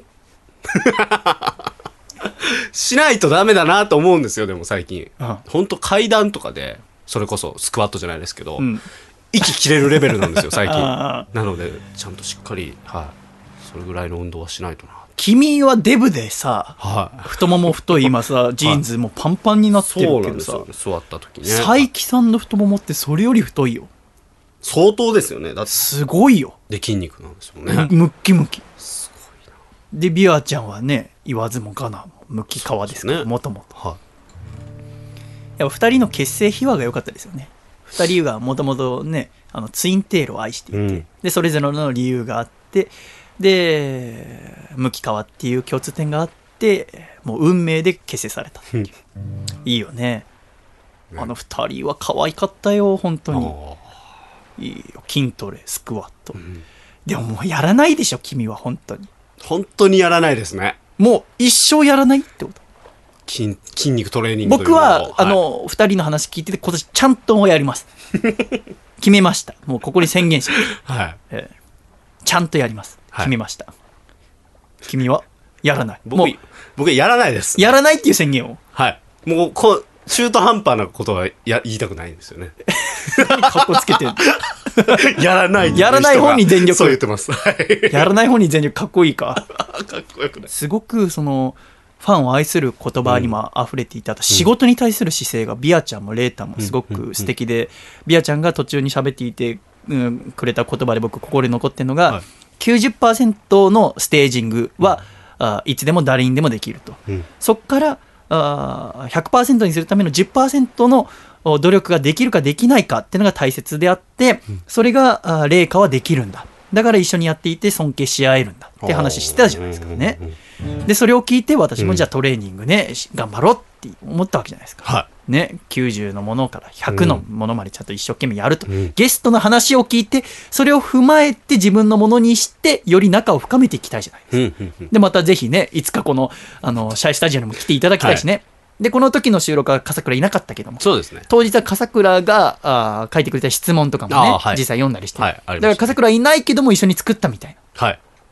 しないとダメだなと思うんですよ。でも最近本当階段とかでそれこそスクワットじゃないですけど、うん、息切れるレベルなんですよ最近なのでちゃんとしっかり、はい、それぐらいの運動はしないとな。 君はデブでさ、はい、太もも太い今さジーンズもパンパンになってるけどさ、そうなんですよね、 座った時ね。 佐伯さんの太ももってそれより太いよ。 相当ですよね。だってすごいよ。 で筋肉なんですよね。 ムッキムキ。すごいな。でビアちゃんはね言わずもがなもムキ皮ですからもともと。はい。やっぱふたりの結成秘話が良かったですよね。ふたりがもともとねあのツインテールを愛していて、うん、でそれぞれの理由があって、でムキ皮っていう共通点があってもう運命で結成されたっていう。いいよね。あのふたりは可愛かったよ本当に。いいよ筋トレスクワット、うん、でももうやらないでしょ君は。本当に本当にやらないですね。 もう一生やらないってこと。 筋, 筋肉トレーニングという僕は、はい、あのふたりの話聞いてて今年ちゃんとやります決めました。もうここに宣言して、はい、えー、ちゃんとやります、はい、決めました。君はやらない。 僕もう僕やらないです。 やらないっていう宣言を。 はい、もうこう中途半端なことはや言いたくないんですよね。 かっこつけてやらないっていう人がやらない方に全力。 そう言ってます。 やらない方に全力かっこいいか。 かっこよくない。 すごくそのファンを愛する言葉にも溢れていた、うん、仕事に対する姿勢がビアちゃんもレータもすごく素敵で、うんうんうん、ビアちゃんが途中に喋っていて、うん、くれた言葉で僕心に残ってるのが、はい、きゅうじゅっパーセント のステージングは、うん、あいつでも誰にでもできると、うん、そっからあ ひゃくパーセント にするための じゅっパーセント の努力ができるかできないかっていうのが大切であって、うん、それが麗華はできるんだ、だから一緒にやっていて尊敬し合えるんだって話してたじゃないですかね。でそれを聞いて私もじゃあトレーニングね、うん、頑張ろうって思ったわけじゃないですか、はい、ね、きゅうじゅうのものからひゃくのものまでちゃんと一生懸命やると、うん、ゲストの話を聞いてそれを踏まえて自分のものにしてより仲を深めていきたいじゃないですか、うん、でまたぜひねいつかこの、あのシャイスタジオにも来ていただきたいしね、はい、でこの時の収録は笠倉いなかったけども、 そうですね、 当日は笠倉があ書いてくれた質問とかもね、はい、実際読んだりして、はい、だから笠倉いないけども一緒に作ったみたいな、 はい、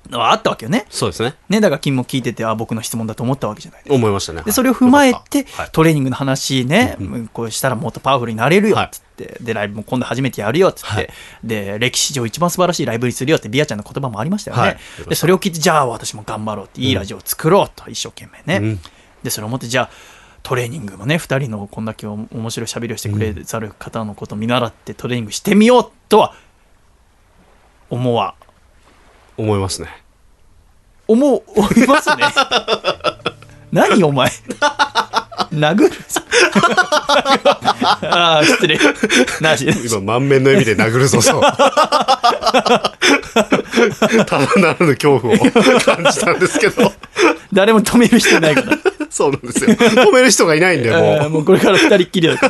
はあったわけよね。 そうですね。 ね、だから君も聞いてて、あ、僕の質問だと思ったわけじゃないですか。 思いましたね。 で、それを踏まえて、 はい、 トレーニングの話ね、うん、こうしたらもっとパワフルになれるよっつって、はい、で、ライブも今度初めてやるよっつって、はい、で、歴史上一番素晴らしいライブにするよってビアちゃんの言葉もありましたよね。はい、で、それを聞いて、じゃあ私も頑張ろうって、いいラジオを作ろうと、一生懸命ね。うん、で、それを思って、じゃあ、トレーニングもね、ふたりのこんだけ面白い喋りをしてくれざる方のことを見習ってトレーニングしてみようとは、思わ。 思いますね。 思う、思いますね。何お前。殴るああ、失礼。なし。 今、満面の笑みで殴るぞ、そう。ただならぬ恐怖を感じたんですけど。 誰も止める人いないから。 そうなんですよ。止める人がいないんで、もう。 もうこれから二人っきりだから。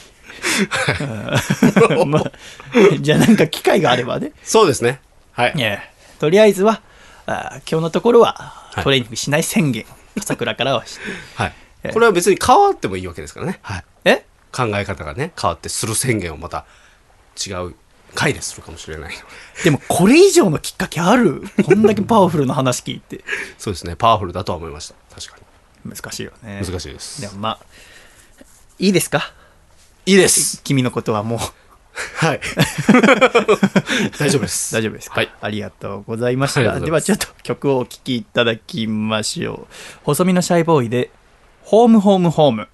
まあ、じゃあなんか機会があればね。 そうですね。はい。 いや、とりあえずは、あ今日のところはトレーニングしない宣言、朝倉からはして、 はい、これは別に変わってもいいわけですからね、はい、 え考え方がね変わってする宣言をまた違う回でするかもしれない。 でもこれ以上のきっかけある？こんだけパワフルな話聞いて。 そうですね、パワフルだとは思いました。確かに難しいよね。 難しいです。 でもまあいいですか？ いいです。 君のことはもうはい大丈夫です。 大丈夫ですか、 はい、 ありがとうございました。ではちょっと曲をお聴きいただきましょう。細身のシャイボーイでホームホームホーム。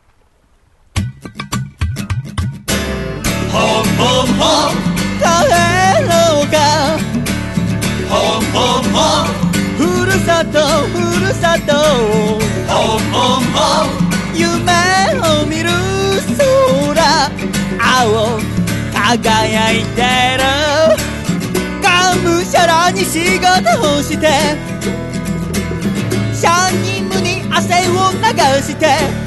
ホームホームホーム帰ろうか。ホームホームホームふるさとふるさと。ホームホームホーム夢を見る空青輝いてる。がむしゃらに仕事をしてシャニムに汗を流して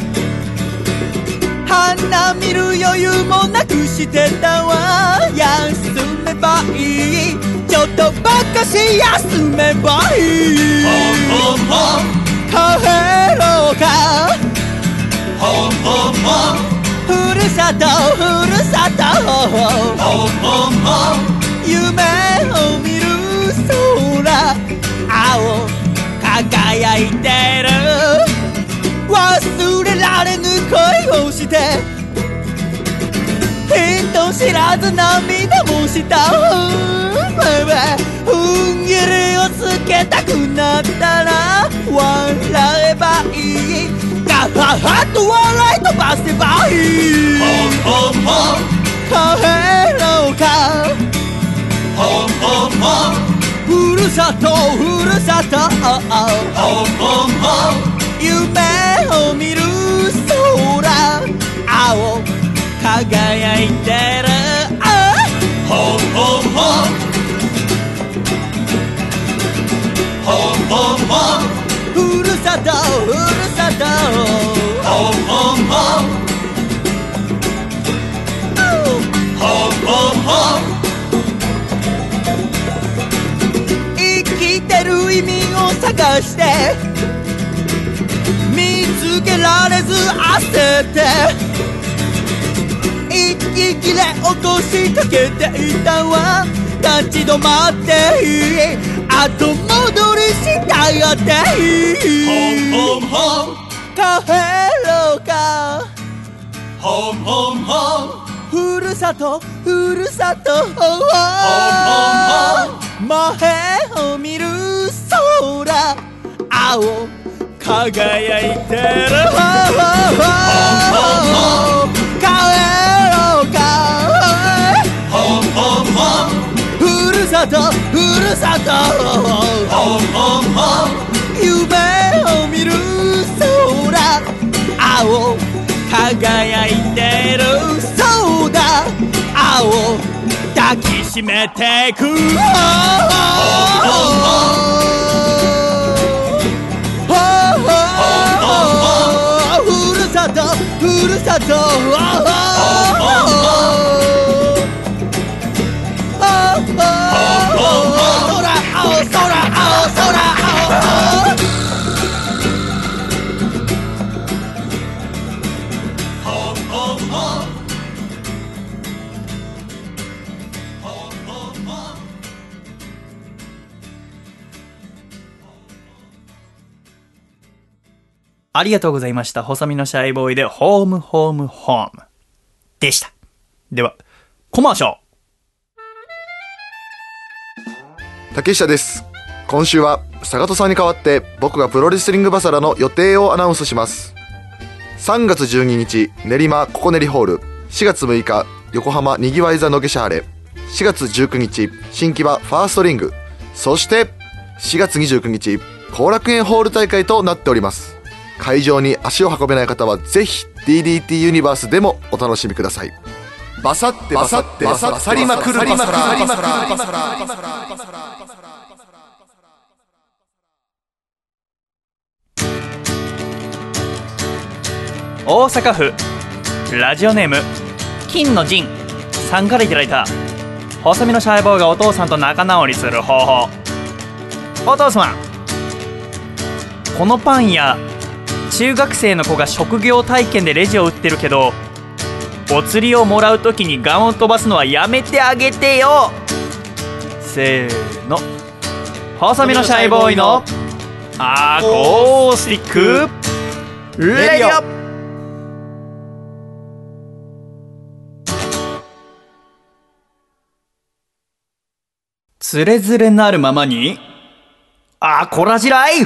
花見る余裕もなくしてたわ。休めばいい、ちょっとばかし休めばいい。ホームホーム帰ろうか。ホームホームホームふるさとふるさと。ホームホームホーム夢を見る空青輝いてる。忘れられぬ恋をして人知らず涙もした。踏ん切りをつけたくなったら笑えばいい。ガハハと笑い飛ばせばいい。ホームホームホーム帰ろうか。ホームホームホームふるさとふるさと。ホームホームホーム夢を見る空青輝いてる。ホームホームホームホームホームホームふるさとふるさと。ホームホームホームホームホームホーム生きてる意味を探して見つけられず焦って息切れ起こしかけていたわ。立ち止まっていい、後戻りしたやっていい。ホームホームホーム帰ろうか。ホームホームホームふるさとふるさと。ホームホームホーム前を見る空青輝いてる。ホームホームホーム帰ろうか。ホームホームホームふるさとふるさと。ホームホームホーム夢を見る空青輝いてる。そうだ青抱きしめてく。ホームホームホームふるさとふるさと。 ありがとうございました。細身のシャイボーイでホームホームホームでした。ではコマーシャル。 竹下です。今週は坂戸さんに代わって僕がプロレスリングバサラの予定をアナウンスします。さんがつじゅうににち練馬ココネリホール、しがつむいか横浜にぎわい座のげしゃーれ、しがつじゅうくにち新木場ファーストリング、そしてしがつにじゅうくにち後楽園ホール大会となっております。会場に足を運べない方はぜひ ディーディーティー ユニバースでもお楽しみください。バサってバサってバサりまくるバサラ大阪府ラジオネーム金の陣さんからいただいた細身のシャイボーイがお父さんと仲直りする方法。お父さん、このパン屋中学生の子が職業体験でレジを売ってるけど、お釣りをもらうときにガンを飛ばすのはやめてあげてよ。せーの、細身のシャイボーイのアコースティックレディオ。つれづれなるままにアコラジライフ。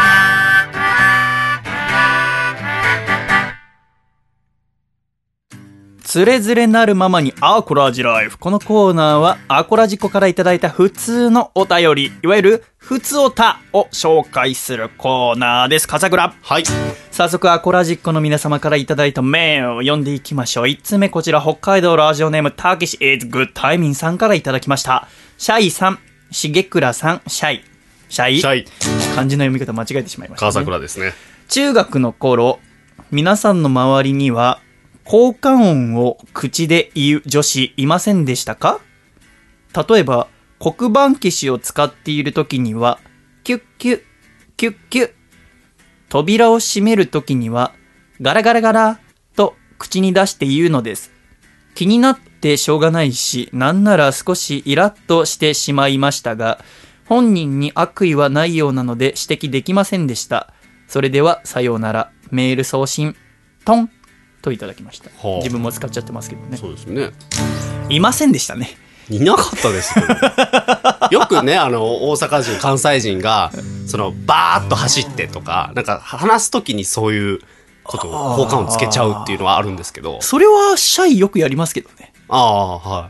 つれづれなるままにアコラジライフ。このコーナーはアコラジコからいただいた普通のお便り、いわゆる普通おたを紹介するコーナーです。笠倉。 はい。 早速アコラジッコの皆様からいただいたメールを読んでいきましょう。いちつめこちら、北海道ラジオネームたけし is good timing さんからいただきました。シャイさん、しげくらさん、シャイ。シャイ。 シャイ。 漢字の読み方間違えてしまいました、ね。 笠倉ですね。 中学の頃、皆さんの周りには効果音を口で言う女子いませんでしたか？例えば黒板消しを使っている時にはキュッキュッキュッキュッ、扉を閉める時にはガラガラガラと口に出して言うのです。気になってしょうがないし、なんなら少しイラッとしてしまいましたが、本人に悪意はないようなので指摘できませんでした。それではさようなら。メール送信トンといただきました。はあ、自分も使っちゃってますけどね。 そうですね。 いませんでしたね。 いなかったですよ、ね、よくね、あの大阪人関西人がそのバーッと走ってとかなんか話すときにそういうことを効果音つけちゃうっていうのはあるんですけど、 それはシャイよくやりますけどね。 ああ、はい。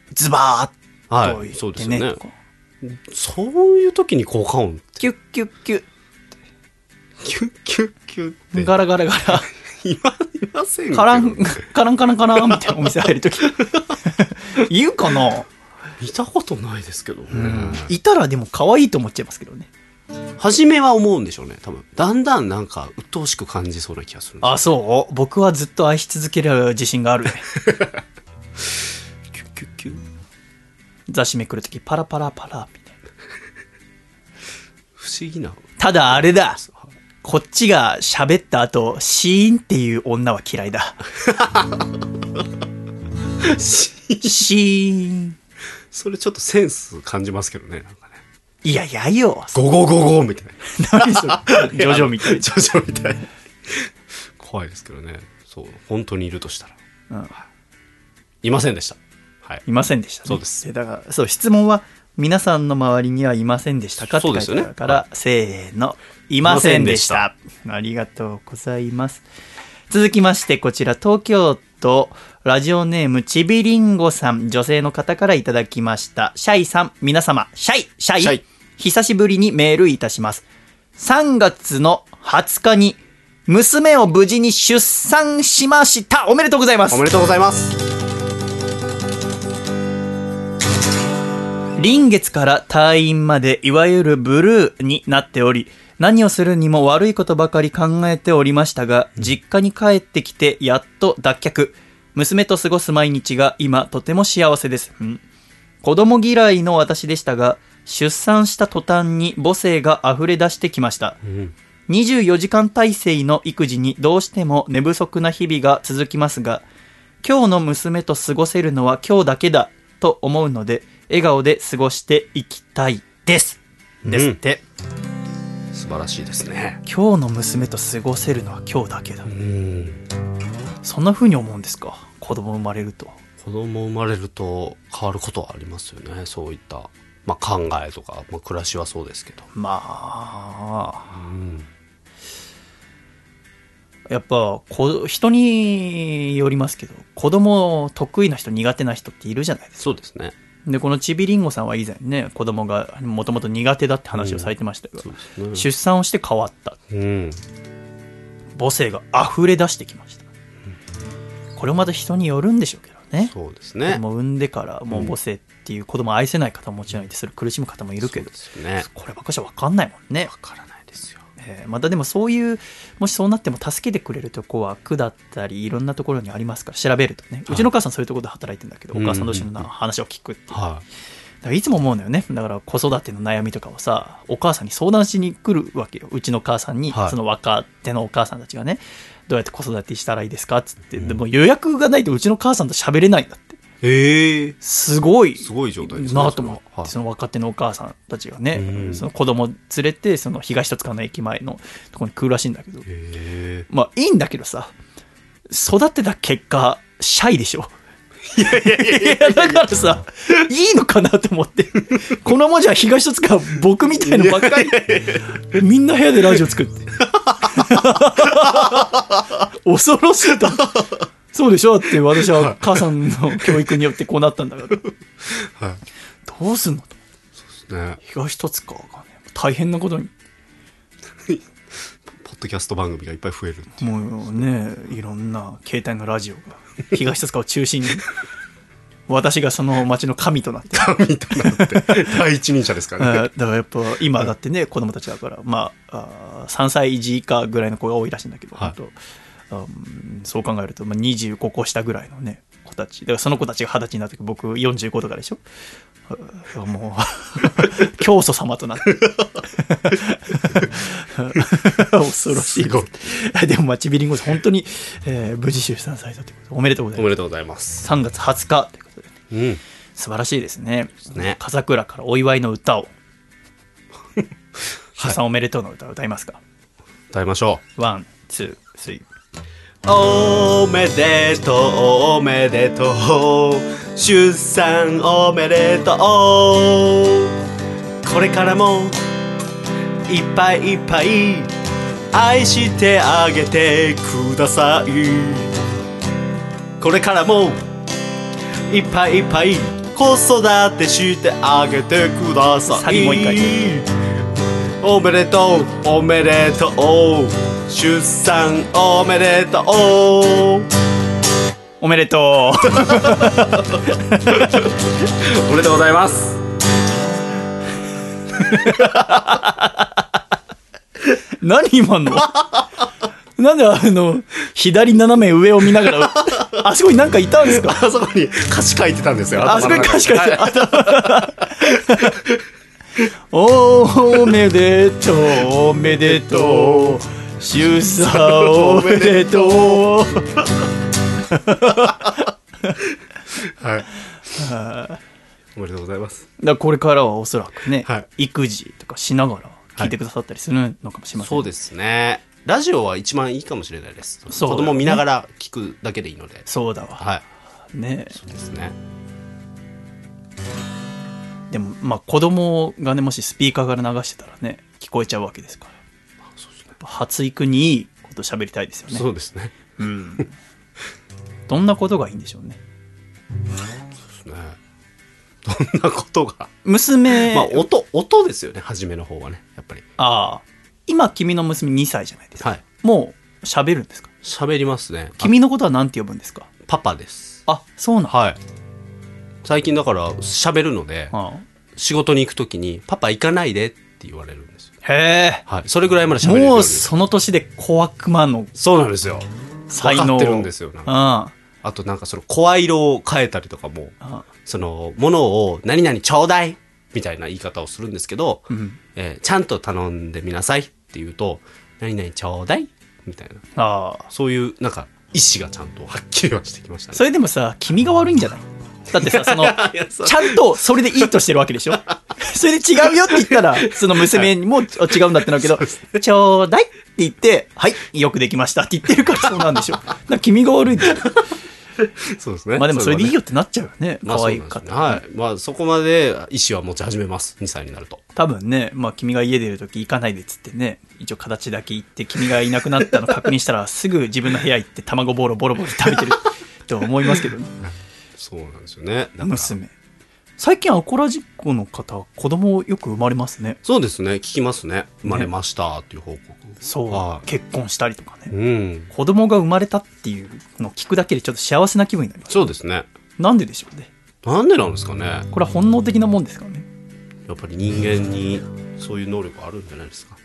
ズバーッと言ってね、 はい、そうですよね。そういう時に効果音キュッキュッキュッキュッキュッキュッってガラガラガラいま、いませんけどカランカランカランカランみたいなお店入る時言うかな。 見たことないですけどね、うん、 いたらでも可愛いと思っちゃいますけどね。 初めは思うんでしょうね。多分だんだんなんか鬱陶しく感じそうな気がする。 あ、そう。僕はずっと愛し続ける自信があるねキュッキュッキュッ、 雑誌めくるときパラパラパラみたいな不思議な。 ただあれだ、こっちが喋った後シーンっていう女は嫌いだシーン、 それちょっとセンス感じますけどね。なんかね、 いやいやよ、 ゴゴゴゴみたいな何それジョジョみたいジョジョみたい怖いですけどね。そう、本当にいるとしたら、うん、いませんでした。はい、いませんでした、ね、 そうです。 だからそう、質問は皆さんの周りにはいませんでしたかって書いてあるから、ね、せーの、いませんでした。ありがとうございます。続きましてこちら、東京都ラジオネームちびりんごさん、女性の方からいただきました。シャイさん、皆様シャイシャイ、シャイ、久しぶりにメールいたします。さんがつのはつかに娘を無事に出産しました。おめでとうございます。 おめでとうございます。 臨月から退院までいわゆるブルーになっており、何をするにも悪いことばかり考えておりましたが、実家に帰ってきてやっと脱却。娘と過ごす毎日が今とても幸せです。ん子供嫌いの私でしたが、出産した途端に母性が溢れ出してきました。うん、にじゅうよじかん体制の育児にどうしても寝不足な日々が続きますが、今日の娘と過ごせるのは今日だけだと思うので、笑顔で過ごしていきたいです。ですって。 素晴らしいですね。 今日の娘と過ごせるのは今日だけだ。うん、そんな風に思うんですか。子供生まれると子供生まれると変わることはありますよね。そういった、まあ、考えとか、まあ、暮らしはそうですけど、 まあ、うん、やっぱこ人によりますけど、子供得意な人苦手な人っているじゃないですか。 そうですね。 でこのちびりんごさんは以前ね、子供がもともと苦手だって話をされてましたけど、うんね、出産をして変わった、うん、母性が溢れ出してきました、うん、これもまた人によるんでしょうけどね。 そうですね。 子供産んでからもう母性っていう子供を愛せない方ももちろんいて、それ苦しむ方もいるけど、 そうですね、 こればっかしは分かんないもんね。 分からないですよ、 えー、またでもそういう、もしそうなっても助けてくれるとこは区だったりいろんなところにありますから、調べるとね、はい、うちのお母さんそういうところで働いてるんだけど、お母さん同士の話を聞くっていう、はい、だからいつも思うのよね。だから子育ての悩みとかをさ、お母さんに相談しに来るわけよ。うちの母さんに、はい、その若手のお母さんたちがね、どうやって子育てしたらいいですかっつって、うん、でも予約がないとうちの母さんと喋れないんだって。 へえ、 すごいすごい状態ですねなと思って、はい、その若手のお母さんたちがね、うん、その子供連れてその東戸塚の駅前のところに来るらしいんだけど、へまあいいんだけどさ、育てた結果シャイでしょ。いやいやいやいや、だからさ、いいのかなと思って、このままじゃ東戸塚僕みたいのばっかり、みんな部屋でラジオ作って恐ろしいと。そうでしょって私は母さんの教育によってこうなったんだから、はい、どうすんのと。そうですね、東戸塚がね大変なことにポッドキャスト番組がいっぱい増えるっていう。 もうね、いろんな携帯のラジオが東戸塚を中心に私がその町の神となって神となって第一人者ですからね。 だからやっぱ今だってね、子供たちだから、まあ、あさんさい児以下ぐらいの子が多いらしいんだけど、はい、本当うん、そう考えると、まあ、にじゅうごこ下ぐらいのね子たちだから、その子たちが二十歳になった時僕よんじゅうごとかでしょ。もう教祖様となって恐ろしい。でもまあちびりんごさん本当に、えー、無事出産されたということでおめでとうございます。 おめでとうございます。 さんがつはつかということで、ね、うん、素晴らしいですね。ね、笠倉からお祝いの歌を出産おめでとうの歌を歌いますか。 歌いましょう。ワンツースリー。 おめでとうおめでとう、出産おめでとう、これからもいっぱいいっぱい愛してあげてください、これからもいっぱいいっぱい子育てしてあげてください。 もう一回。 おめでとうおめでとう、出産おめでとう、 おめでとうおめでとうございます。 何今のなんであの左斜め上を見ながらあそこに何かいたんですか。 あそこに歌詞書いてたんですよ。 あそこに歌詞書いてたおめでとうおめでとう、出産おめでとうはい、おめでとうございます。 だこれからはおそらくね、はい、育児とかしながら聞いてくださったりするのかもしれません、 はい、そうですね。ラジオは一番いいかもしれないです。子供見ながら聞くだけでいいので。 そうだわ、 はいね、 そうですね。 でもまあ子供がね、もしスピーカーから流してたらね聞こえちゃうわけですから、そうですね、発育にいいこと喋りたいですよね。 そうですね、 うん、どんなことがいいんでしょうね。 そうですね、どんなことが娘、 まあ音音ですよね、初めの方はね、やっぱり。 ああ、今君の娘にさいじゃないですか、はい、もう喋るんですか。 喋りますね。 君のことは何て呼ぶんですか。 パパです。 あ、そうなの。 はい、最近だから喋るので、ああ、仕事に行くときにパパ行かないでって言われるんですよ。 へえ、 はい、それぐらいまで喋れるように。 もうその年で小悪魔の。 そうなんですよ、 才能分かってるんですよ。なんか、ああとなんかその声色を変えたりとかも、ああ、そのものを何々ちょうだいみたいな言い方をするんですけど、うん、えー、ちゃんと頼んでみなさいって言うと何々ちょうだいみたいな、あ、そういうなんか意思がちゃんとはっきりはしてきましたね。 それでもさ、君が悪いんじゃない。 だってさ、その、ちゃんとそれでいいとしてるわけでしょそれで違うよって言ったら、その娘にも違うんだってなるけど、ちょうだいって言って、はい、よくできましたって言ってるからそうなんでしょ。だから君が悪いんだよ。 そうですね。 まあでもそれでいいよってなっちゃうよね。可愛かった、ね。 はい。まあそこまで意思は持ち始めます。にさいになると。 多分ね、まあ君が家出るとき行かないでっつってね、一応形だけ行って君がいなくなったの確認したらすぐ自分の部屋行って卵ボロボロボロ食べてると思いますけどね。 そうなんですよね。 娘。最近アコラジックの方、子供よく生まれますね。 そうですね。聞きますね。生まれましたっていう報告。ね、 そう、はい、結婚したりとかね、 うん。子供が生まれたっていうのを聞くだけでちょっと幸せな気分になります。 そうですね。 なんででしょうね。 なんでなんですかね。 これは本能的なもんですかね。 やっぱり人間にそういう能力あるんじゃないですか。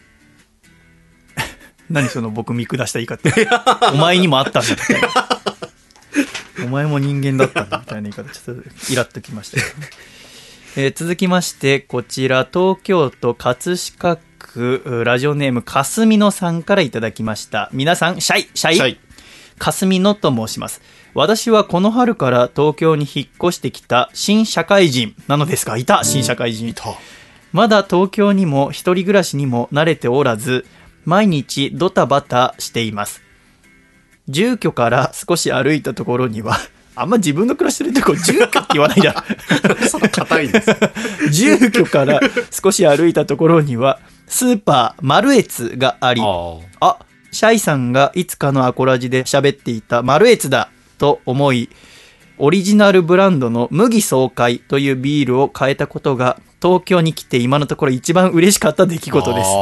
何その僕見下した言い方。お前にもあったんだみたいな。お前も人間だったんだみたいな言い方、ちょっとイラっときましたけど、ね。えー、続きましてこちら東京都葛飾区ラジオネームかすみのさんからいただきました。皆さんシャイシャイ、シャイかすみのと申します。私はこの春から東京に引っ越してきた新社会人なのですが、いた新社会人、うん、まだ東京にも一人暮らしにも慣れておらず毎日ドタバタしています。住居から少し歩いたところにはあんま自分の暮らしてるとこ住居って言わないだろその硬いんです住居から少し歩いたところにはスーパーマルエツがあり、ああシャイさんがいつかのアコラジで喋っていたマルエツだと思い、オリジナルブランドの麦爽快というビールを買えたことが東京に来て今のところ一番嬉しかった出来事です。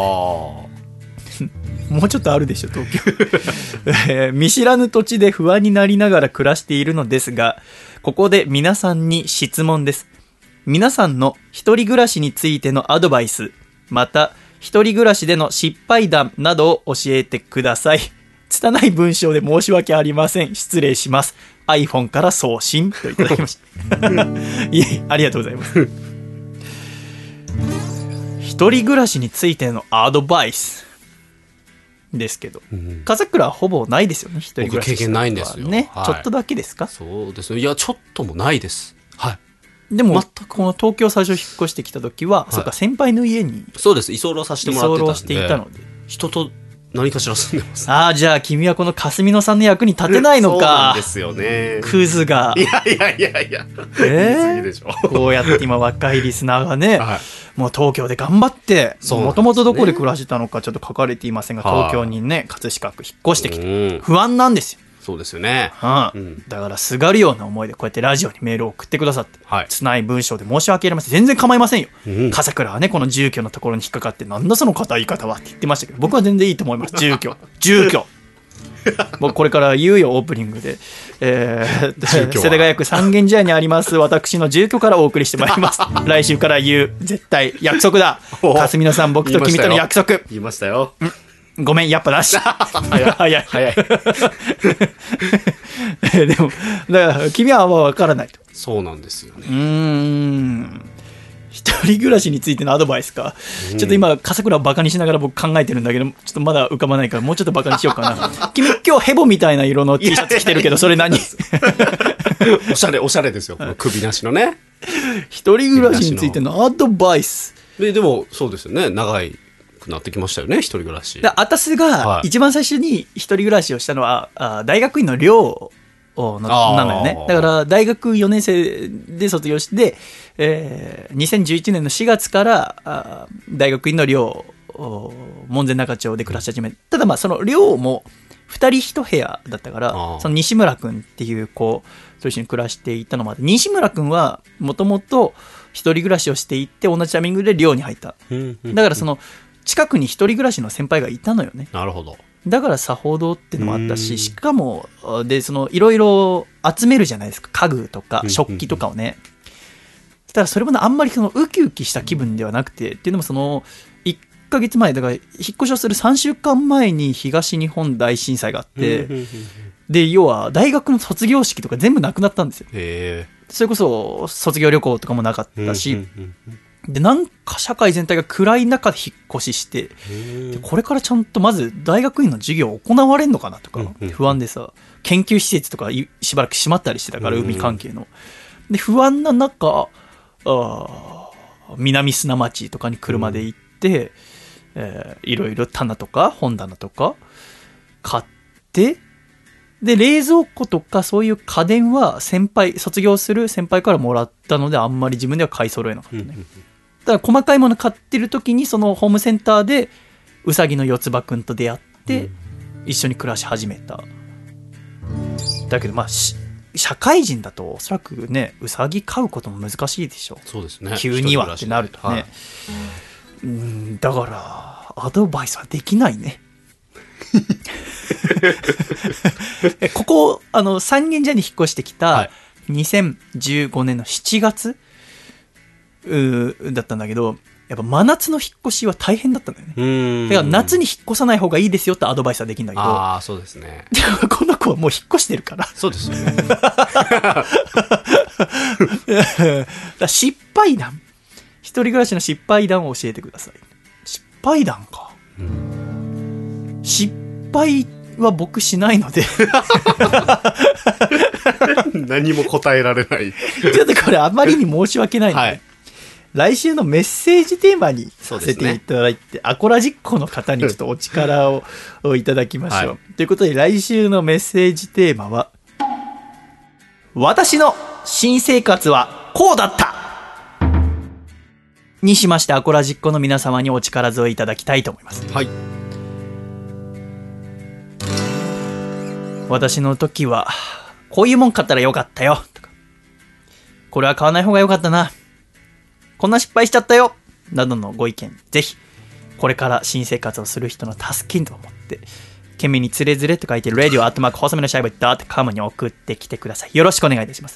もうちょっとあるでしょ東京、えー、見知らぬ土地で不安になりながら暮らしているのですが、ここで皆さんに質問です。皆さんの一人暮らしについてのアドバイス、また一人暮らしでの失敗談などを教えてください。拙い文章で申し訳ありません。失礼します。 iPhone から送信といただきましたいえ、ありがとうございます。一人暮らしについてのアドバイスですけど、うん、笠倉はほぼないですよね。一人暮らし、 僕経験ないんですよね、 はい、ちょっとだけですか。 そうですね。いやちょっともないです。はい。 でも全くこの東京最初引っ越してきた時は、はい、そうか先輩の家にそうです居候させてもらってたんで、居候していたので人と何かしら住んでます。 ああ、じゃあ君はこの霞野さんの役に立てないのか。そうなんですよね。 クズが。 いやいやいやいや。 えー、でしょこうやって今若いリスナーがね、はい、もう東京で頑張って、もともとどこで暮らしてたのかちょっと書かれていませんが、東京にね葛飾区引っ越してきて不安なんですよ。 そうですよね、 はあ、うん、だからすがるような思いでこうやってラジオにメールを送ってくださって、はい、拙い文章で申し訳ありません。全然構いませんよ、うん、笠倉はねこの住居のところに引っかかってなんだその硬い言い方はって言ってましたけど、僕は全然いいと思います。住居住居僕これから言うよオープニングで、えー、世田谷区三軒茶屋にあります私の住居からお送りしてまいります来週から言う、絶対約束だ霞野さん、僕と君との約束。 言いましたよ、 うんごめん、やっぱなし。早い。早い。早いでも、だから、君は分からないと。 そうなんですよね。 うーん。一人暮らしについてのアドバイスか。ちょっと今、笠倉をバカにしながら僕考えてるんだけど、ちょっとまだ浮かばないから、もうちょっとバカにしようかな。君、今日ヘボみたいな色の T シャツ着てるけど、それ何おしゃれ、おしゃれですよ。この首なしのね。 一人暮らしについてのアドバイス。 で、でも、そうですよね。長い。なってきましたよね、一人暮らし。 あたすが一番最初に一人暮らしをしたのは、はい、大学院の寮のなのよね。だから大学よねん生で卒業して、えー、にせんじゅういちねんのしがつからあ大学院の寮門前仲町で暮らし始め、ただまあその寮もふたりいち部屋だったから、その西村君っていう子と一緒に暮らしていたのもあって、西村君はもともと一人暮らしをしていて同じタイミングで寮に入った。だからその近くに一人暮らしの先輩がいたのよね。 なるほど。 だからさほどってのもあったし、しかもでそのいろいろ集めるじゃないですか、家具とか食器とかをね。ただそれもあんまりそのウキウキした気分ではなくて、っていうのもそのいっかげつまえだから引っ越しをするさんしゅうかんまえに東日本大震災があって、で要は大学の卒業式とか全部なくなったんですよ。 へー。 それこそ卒業旅行とかもなかったし、でなんか社会全体が暗い中で引っ越しして、でこれからちゃんとまず大学院の授業行われるのかなとか不安でさ、研究施設とかしばらく閉まったりしてたから、海関係ので不安な中、あ南砂町とかに車で行って、うんえー、いろいろ棚とか本棚とか買って、で冷蔵庫とかそういう家電は先輩卒業する先輩からもらったので、あんまり自分では買い揃えなかったね。だから細かいもの買ってる時にそのホームセンターでうさぎの四つ葉くんと出会って一緒に暮らし始めた。だけどまあ社会人だとおそらくねうさぎ飼うことも難しいでしょ。 そうですね、 急にはってなるとね、はい、うんだからアドバイスはできないねここあの三軒茶屋に引っ越してきたにせんじゅうごねんのしちがつうだったんだけど、やっぱ真夏の引っ越しは大変だったんだよね。うんだから夏に引っ越さない方がいいですよってアドバイスはできるんだけど、 ああそうですねこの子はもう引っ越してるからそうですよねだ失敗談、一人暮らしの失敗談を教えてください。失敗談か、うん、失敗は僕しないので何も答えられないちょっとこれあまりに申し訳ないので、はい、来週のメッセージテーマにさせていただいて、ね、アコラジッコの方にちょっとお力をいただきましょう、はい、ということで来週のメッセージテーマは私の新生活はこうだったにしまして、アコラジッコの皆様にお力添えいただきたいと思います。 はい。 私の時はこういうもん買ったらよかったよとか、これは買わない方がよかったな、こんな失敗しちゃったよなどのご意見、ぜひこれから新生活をする人の助けと思って懸命につれづれと書いて レディオ アットマーク 細身のシャイボーイ ドットコム に送ってきてください。よろしくお願いいたします。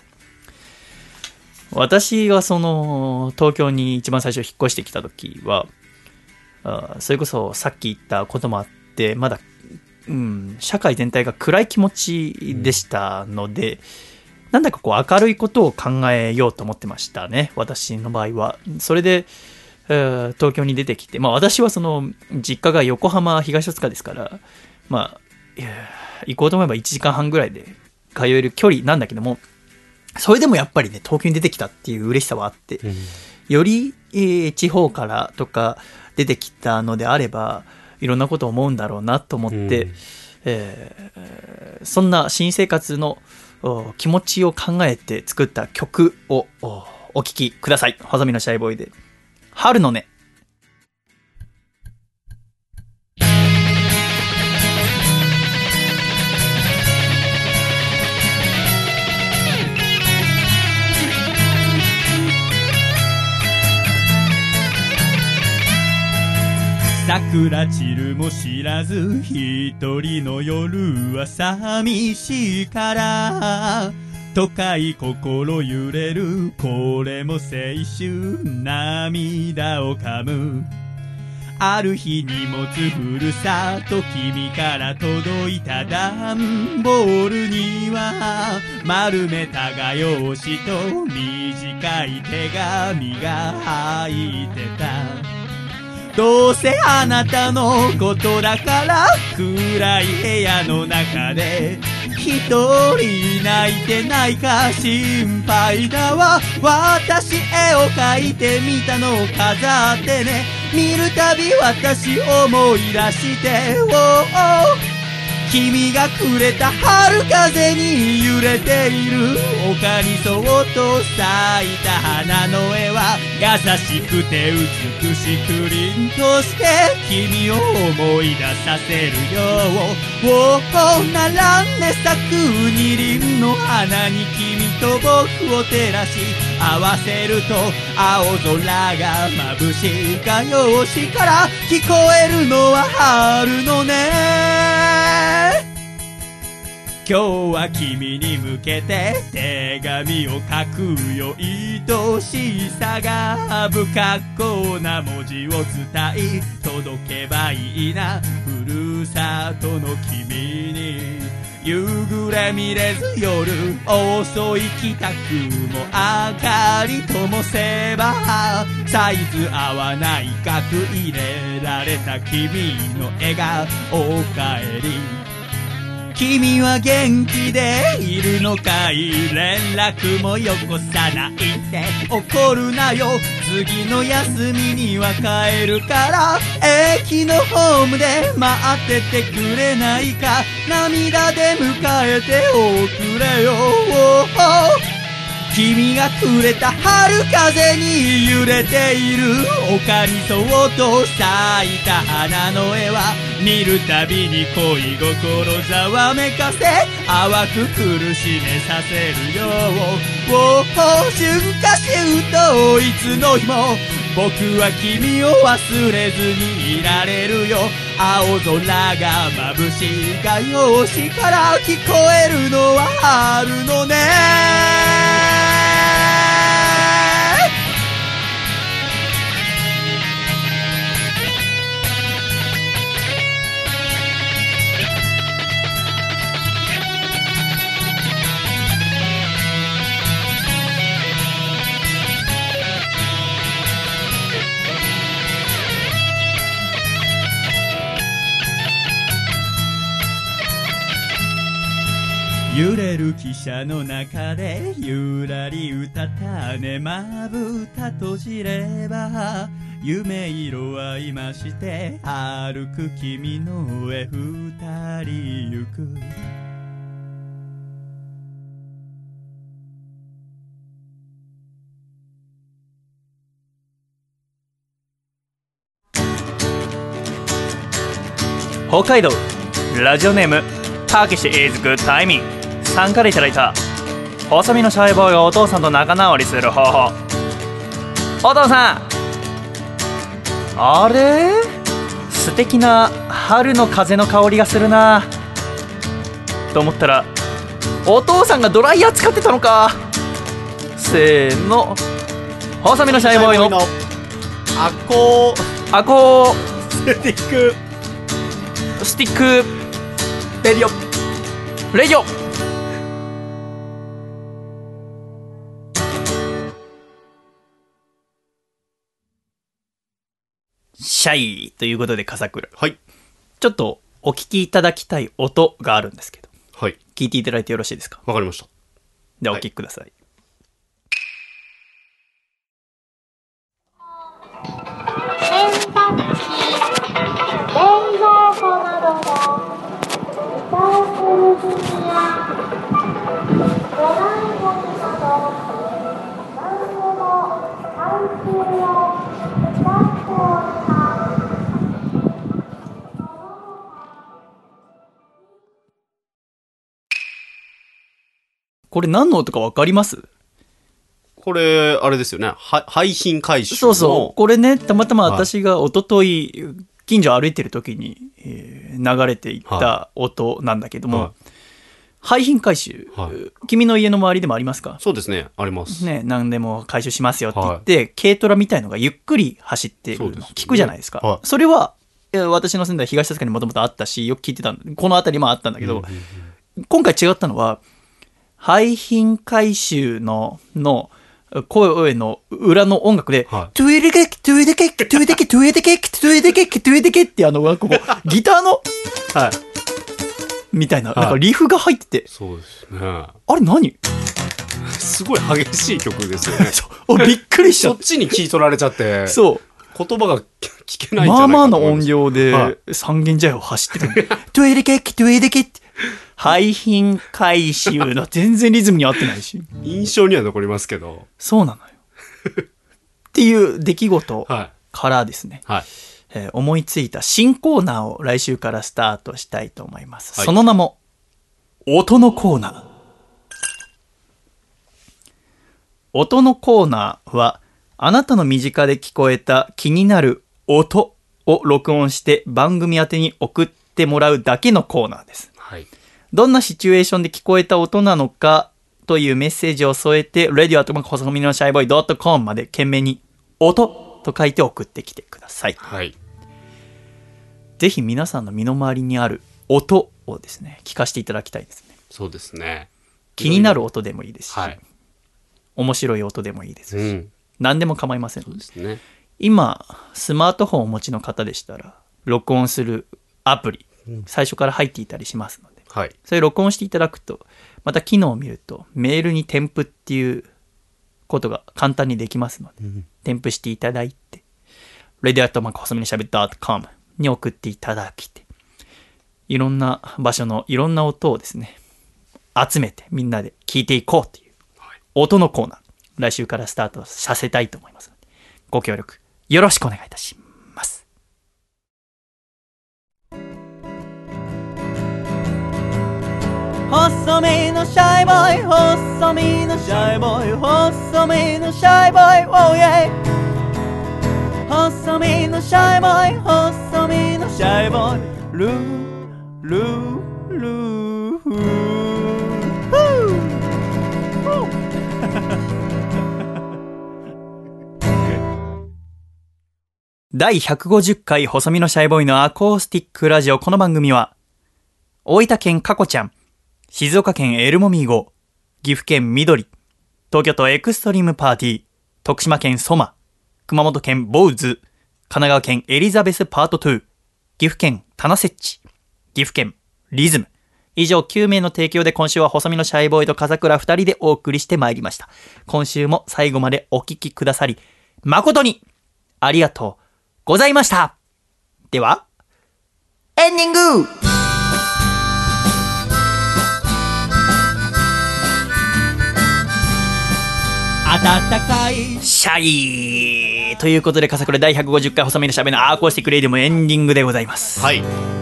私がその東京に一番最初引っ越してきた時は、あそれこそさっき言ったこともあってまだ、うん、社会全体が暗い気持ちでしたので、うん、なんだかこう明るいことを考えようと思ってましたね、私の場合は。それで、えー、東京に出てきて、まあ私はその実家が横浜東戸塚ですから、まあ行こうと思えばいちじかんはんぐらいで通える距離なんだけども、それでもやっぱりね東京に出てきたっていう嬉しさはあって、うん、より、えー、地方からとか出てきたのであればいろんなことを思うんだろうなと思って、うんえー、そんな新生活の気持ちを考えて作った曲を お, お聴きください。細身のシャイボーイで春の音。 桜散るも知らず一人の夜は寂しいから、都会心揺れるこれも青春、涙を噛む。ある日荷物ふるさと君から届いた段ボールには丸めた画用紙と短い手紙が入ってた。どうせあなたのことだから暗い部屋の中で一人泣いてないか心配だわ。私絵を描いてみたのを飾ってね、見るたび私思い出しておお君がくれた春風に揺れている。丘にそっと咲いた花の絵は優しくて美しく凛として君を思い出させるよ。おお並んで咲く二輪の花に君と僕を照らし合わせると青空が眩しい。画用紙から聞こえるのは春の音。今日は君に向けて手紙を書くよ。愛しさが不格好な文字を伝え届けばいいな。ふるさとの君に夕暮れ見れず夜遅い帰宅も明かり灯せばサイズ合わない額入れられた君の笑顔おかえり。 君は元気でいるのかい、連絡もよこさないで怒るなよ、次の休みには帰るから、駅のホームで待っててくれないか、涙で迎えておくれよ。君がくれた春風に揺れている、丘にそっと咲いた花の絵は見るたびに恋心ざわめかせ、淡く苦しめさせるよ。春夏秋冬いつの日も僕は君を忘れずにいられるよ。青空が眩しい画用紙から聞こえるのは春のね。揺れる汽車の中でゆらり歌ったね、まぶた閉じれば夢色は今して歩く君の上二人行く。 北海道ラジオネームたけし is good timing さんからいただいた細身のシャイボーイがお父さんと仲直りする方法。お父さん、あれ素敵な春の風の香りがするなと思ったら、お父さんがドライヤー使ってたのか。せーの、細身のシャイボーイのアコーアコースティックスティックレディオレディオ。シャイということで、笠倉、 はい、 ちょっとお聞きいただきたい音があるんですけど、 はい、 聞いていただいてよろしいですか。 わかりました。 ではお聞きください。 洗濯機、冷蔵庫などのリサイクル品やドライゴムなど何でも回収を使っております。 これ何の音か分かります？ これあれですよね、は廃品回収の。 そうそう、これね、たまたま私が一昨日近所歩いてる時に、えー、流れていった音なんだけども、はい、廃品回収、はい、君の家の周りでもありますか？ そうですね、ありますね。何でも回収しますよって言って、はい、軽トラみたいのがゆっくり走ってるの聞くじゃないですか。はい、それは私の住んだ東戸塚にもともとあったし、よく聞いてた、この辺りもあったんだけど、うんうんうん、今回違ったのは廃品回収のの声の裏の音楽で、はい、トゥエデケック、トゥエデケック、トゥエデケック、トゥエデケック、トゥエデケック、トゥエデケックってあの、ここ、ギターの、はい。みたいな、なんかリフが入ってて。 そうですね。 あれ何？ すごい激しい曲ですよね。 そう。びっくりしちゃった。 そっちに聞い取られちゃって。 そう。 言葉が聞けないんじゃないかと。 まあまあの音量で三軒茶屋を走ってる。トゥエデケック、トゥエデケック。廃品回収の全然リズムに合ってないし。 印象には残りますけど。 そうなのよ。っていう出来事からですね、はいはい、えー、思いついた新コーナーを来週からスタートしたいと思います。はい、その名も、音のコーナー。音のコーナーは、あなたの身近で聞こえた気になる音を録音して番組宛てに送ってもらうだけのコーナーです。はい、どんなシチュエーションで聞こえた音なのかというメッセージを添えて レディオ アットマーク 細身のシャイボーイ ドットコム まで懸命に音と書いて送ってきてください。はい、ぜひ皆さんの身の回りにある音をですね、聞かせていただきたいですね。 そうですね。 気になる音でもいいですし、はい、面白い音でもいいですし、うん、何でも構いません。そうですね。今スマートフォンをお持ちの方でしたら録音するアプリ、うん、最初から入っていたりしますので、 はい、 それ録音していただくと、また機能を見るとメールに添付っていうことが簡単にできますので、うん、添付していただいて レディオ アットマーク細身のしゃべ .com に送っていただきて、いろんな場所のいろんな音をですね集めてみんなで聞いていこうという音のコーナー、来週からスタートさせたいと思いますので、ご協力よろしくお願いいたします。 細身のシャイボーイ、細身のシャイボーイ、細身のシャイボーイ、oh yeah。細身のシャイボーイ、細身のシャイボーイ、ルールールーフーだいひゃくごじゅっかい細身のシャイボーイのアコースティックラジオ。この番組は大分県かこちゃん、静岡県エルモミーゴ、岐阜県緑、東京都エクストリームパーティー、徳島県ソマ、熊本県ボウズ、神奈川県エリザベスパートに、岐阜県タナセッチ、岐阜県リズム、以上きゅうめいの提供で今週は細身のシャイボーイと笠倉ふたりでお送りしてまいりました。今週も最後までお聞きくださり誠にありがとうございました。ではエンディング。 暖かいシャイということで、笠倉だいひゃくごじゅっかい細身のしゃべのアーコースティックレイディもエンディングでございます。 はい。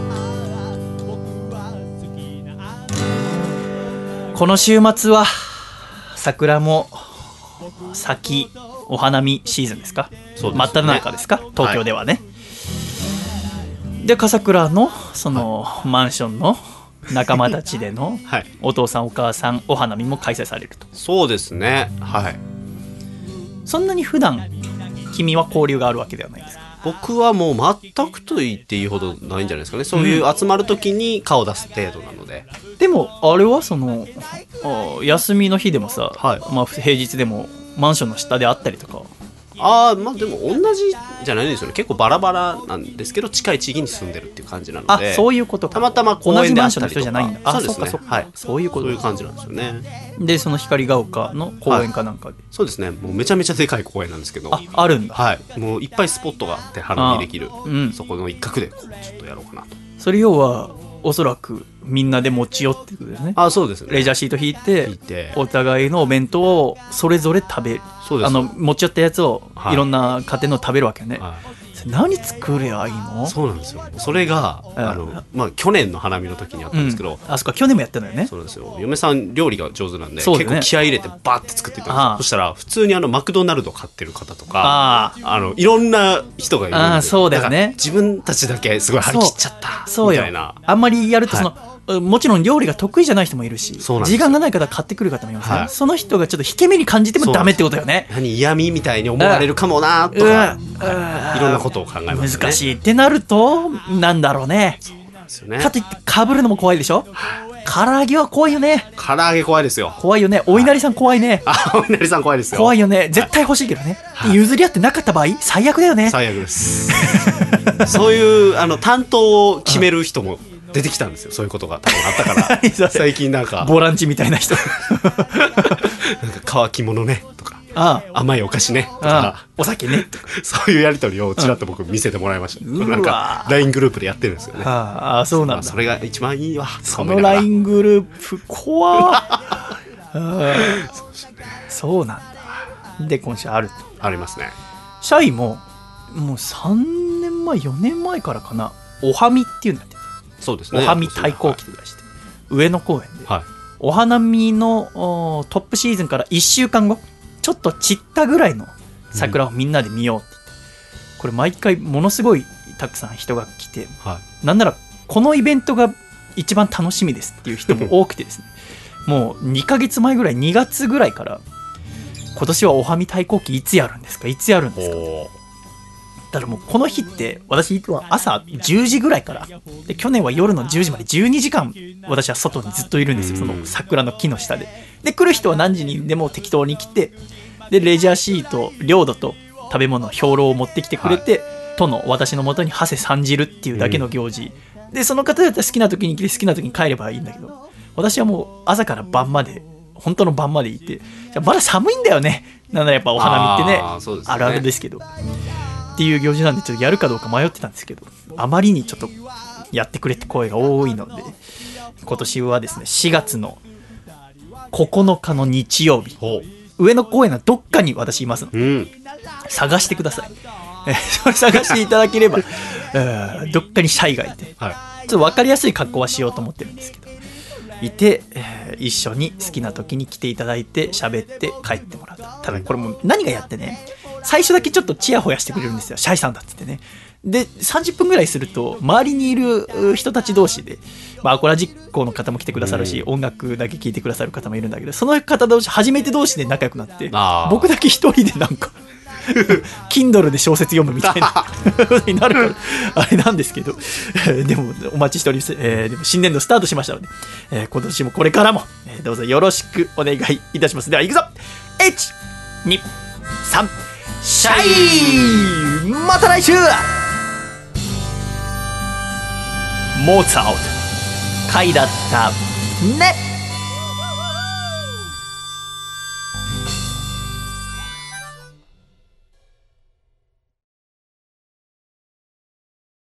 この週末は桜も咲き、お花見シーズンですか？そうですね。真っ只中ですか？東京ではね。はい、で笠倉のその、はい、マンションの仲間たちでのお父さんお母さんお花見も開催されると。 そうですね。はい。 そんなに普段君は交流があるわけではないですか？ 僕はもう全くと言っていいほどないんじゃないですかね。そういう集まる時に顔出す程度なので、 うん、でもあれはその休みの日でもさ、はい、まあ、平日でもマンションの下であったりとか。 ああ、まあでも同じじゃないんですよね。結構バラバラなんですけど近い地域に住んでるっていう感じなので。 あ、そういうことか。 たまたま公園であったりとか。同じマンションの人じゃないんだ。 あ、 そうですね。 そうかそうか、 はい、 そういうこと。 そういう感じなんですよね。 でその光が丘の公園かなんかで、はい、 そうですね。もうめちゃめちゃでかい公園なんですけど。 あ、あるんだ。 はい。もういっぱいスポットがあって花見できる、うん、そこの一角でこうちょっとやろうかなと。 それ要はおそらくみんなで持ち寄ってくるね。 あ、そうですね。 レジャーシート引いて、引いてお互いのお弁当をそれぞれ食べる。そうです。あの持ち寄ったやつをいろんな家庭の食べるわけよね。はい、何作ればいいの？ そうなんですよ。それが、うん、あのまあ去年の花見の時にあったんですけど、 うん、あそこ去年もやってたよね。 そうなんですよ。嫁さん料理が上手なんで、ね、結構気合い入れてバーって作っていったんですよ。そしたら普通にあのマクドナルド買ってる方とか、ああのいろんな人がいるんで、 あ、そうだよね。 自分たちだけすごい張り切っちゃったみたいな。 あんまりやるとその、はい、もちろん料理が得意じゃない人もいるし、時間がない方は買ってくる方もいますね、はい、その人がちょっと引け目に感じてもダメってことよね。 何嫌味みたいに思われるかもなとか、いろんなことを考えますね。 難しいってなるとなんだろうね。そうなんですよね。かといって被るのも怖いでしょ。唐揚げは怖いよね。 唐揚げ怖いですよ。 怖いよね。お稲荷さん怖いね。 あ、お稲荷さん怖いですよ。 怖いよね。絶対欲しいけどね、はい、譲り合ってなかった場合最悪だよね。 最悪ですそういうあの担当を決める人も出てきたんですよ。そういうことが多分あったから最近なんかボランチみたいな人なんか乾き物ねとか、ああ甘いお菓子ねとか、 あお酒ねとかそういうやり取りをちらっと僕見せてもらいました、うん、なんか ライン グループでやってるんですよね。 ああ、そうなんだ。 それが一番いいわ。 その ライン グループ怖あそうですね。そうなんだ。で今週あるとありますね。 シャイももうさんねんまえよねんまえからかな、おはみっていうんだって。 そうですね、 おはみ対抗期と出して、はい、上野公園で、はい、お花見のトップシーズンからいっしゅうかんご、ちょっと散ったぐらいの桜をみんなで見ようって言って、うん、これ毎回ものすごいたくさん人が来て、はい、なんならこのイベントが一番楽しみですっていう人も多くてですねもうにかげつまえぐらい、にがつぐらいから今年はおはみ対抗期いつやるんですかいつやるんですか。だからもうこの日って私は朝じゅうじぐらいからで、去年は夜のじゅうじまでじゅうにじかん私は外にずっといるんですよ。その桜の木の下で。で来る人は何時にでも適当に来て、でレジャーシート、領土と食べ物、兵糧を持ってきてくれて、はい、との私の元に馳せ参じるっていうだけの行事でその方だったら好きな時に来て好きな時に帰ればいいんだけど、私はもう朝から晩まで本当の晩まで行って、じゃまだ寒いんだよね、なんだやっぱお花見ってね、 あ, ねあるあるですけどっていう行事なんで、ちょっとやるかどうか迷ってたんですけど、あまりにちょっとやってくれって声が多いので、今年はですねしがつのここのかの日曜日、上野公園のどっかに私いますので、うん、探してください。えそれ探していただければどっかにシャイがいて、はい、ちょっと分かりやすい格好はしようと思ってるんですけど、いて、えー、一緒に好きな時に来ていただいて喋って帰ってもらうと。ただこれも何がやってね、最初だけちょっとチヤホヤしてくれるんですよ、シャイさんだっつってね。でさんじゅっぷんぐらいすると周りにいる人たち同士で、まあ、アコラ実行の方も来てくださるし、うん、音楽だけ聴いてくださる方もいるんだけど、その方同士初めて同士で仲良くなって、僕だけ一人でなんかKindle で小説読むみたいなになるからあれなんですけど、でもお待ちしております。えー、でも新年度スタートしましたので、えー、今年もこれからも、えー、どうぞよろしくお願いいたします。では行くぞ、いち、に、さん、シャイ、また来週。モーツァルト回だったね。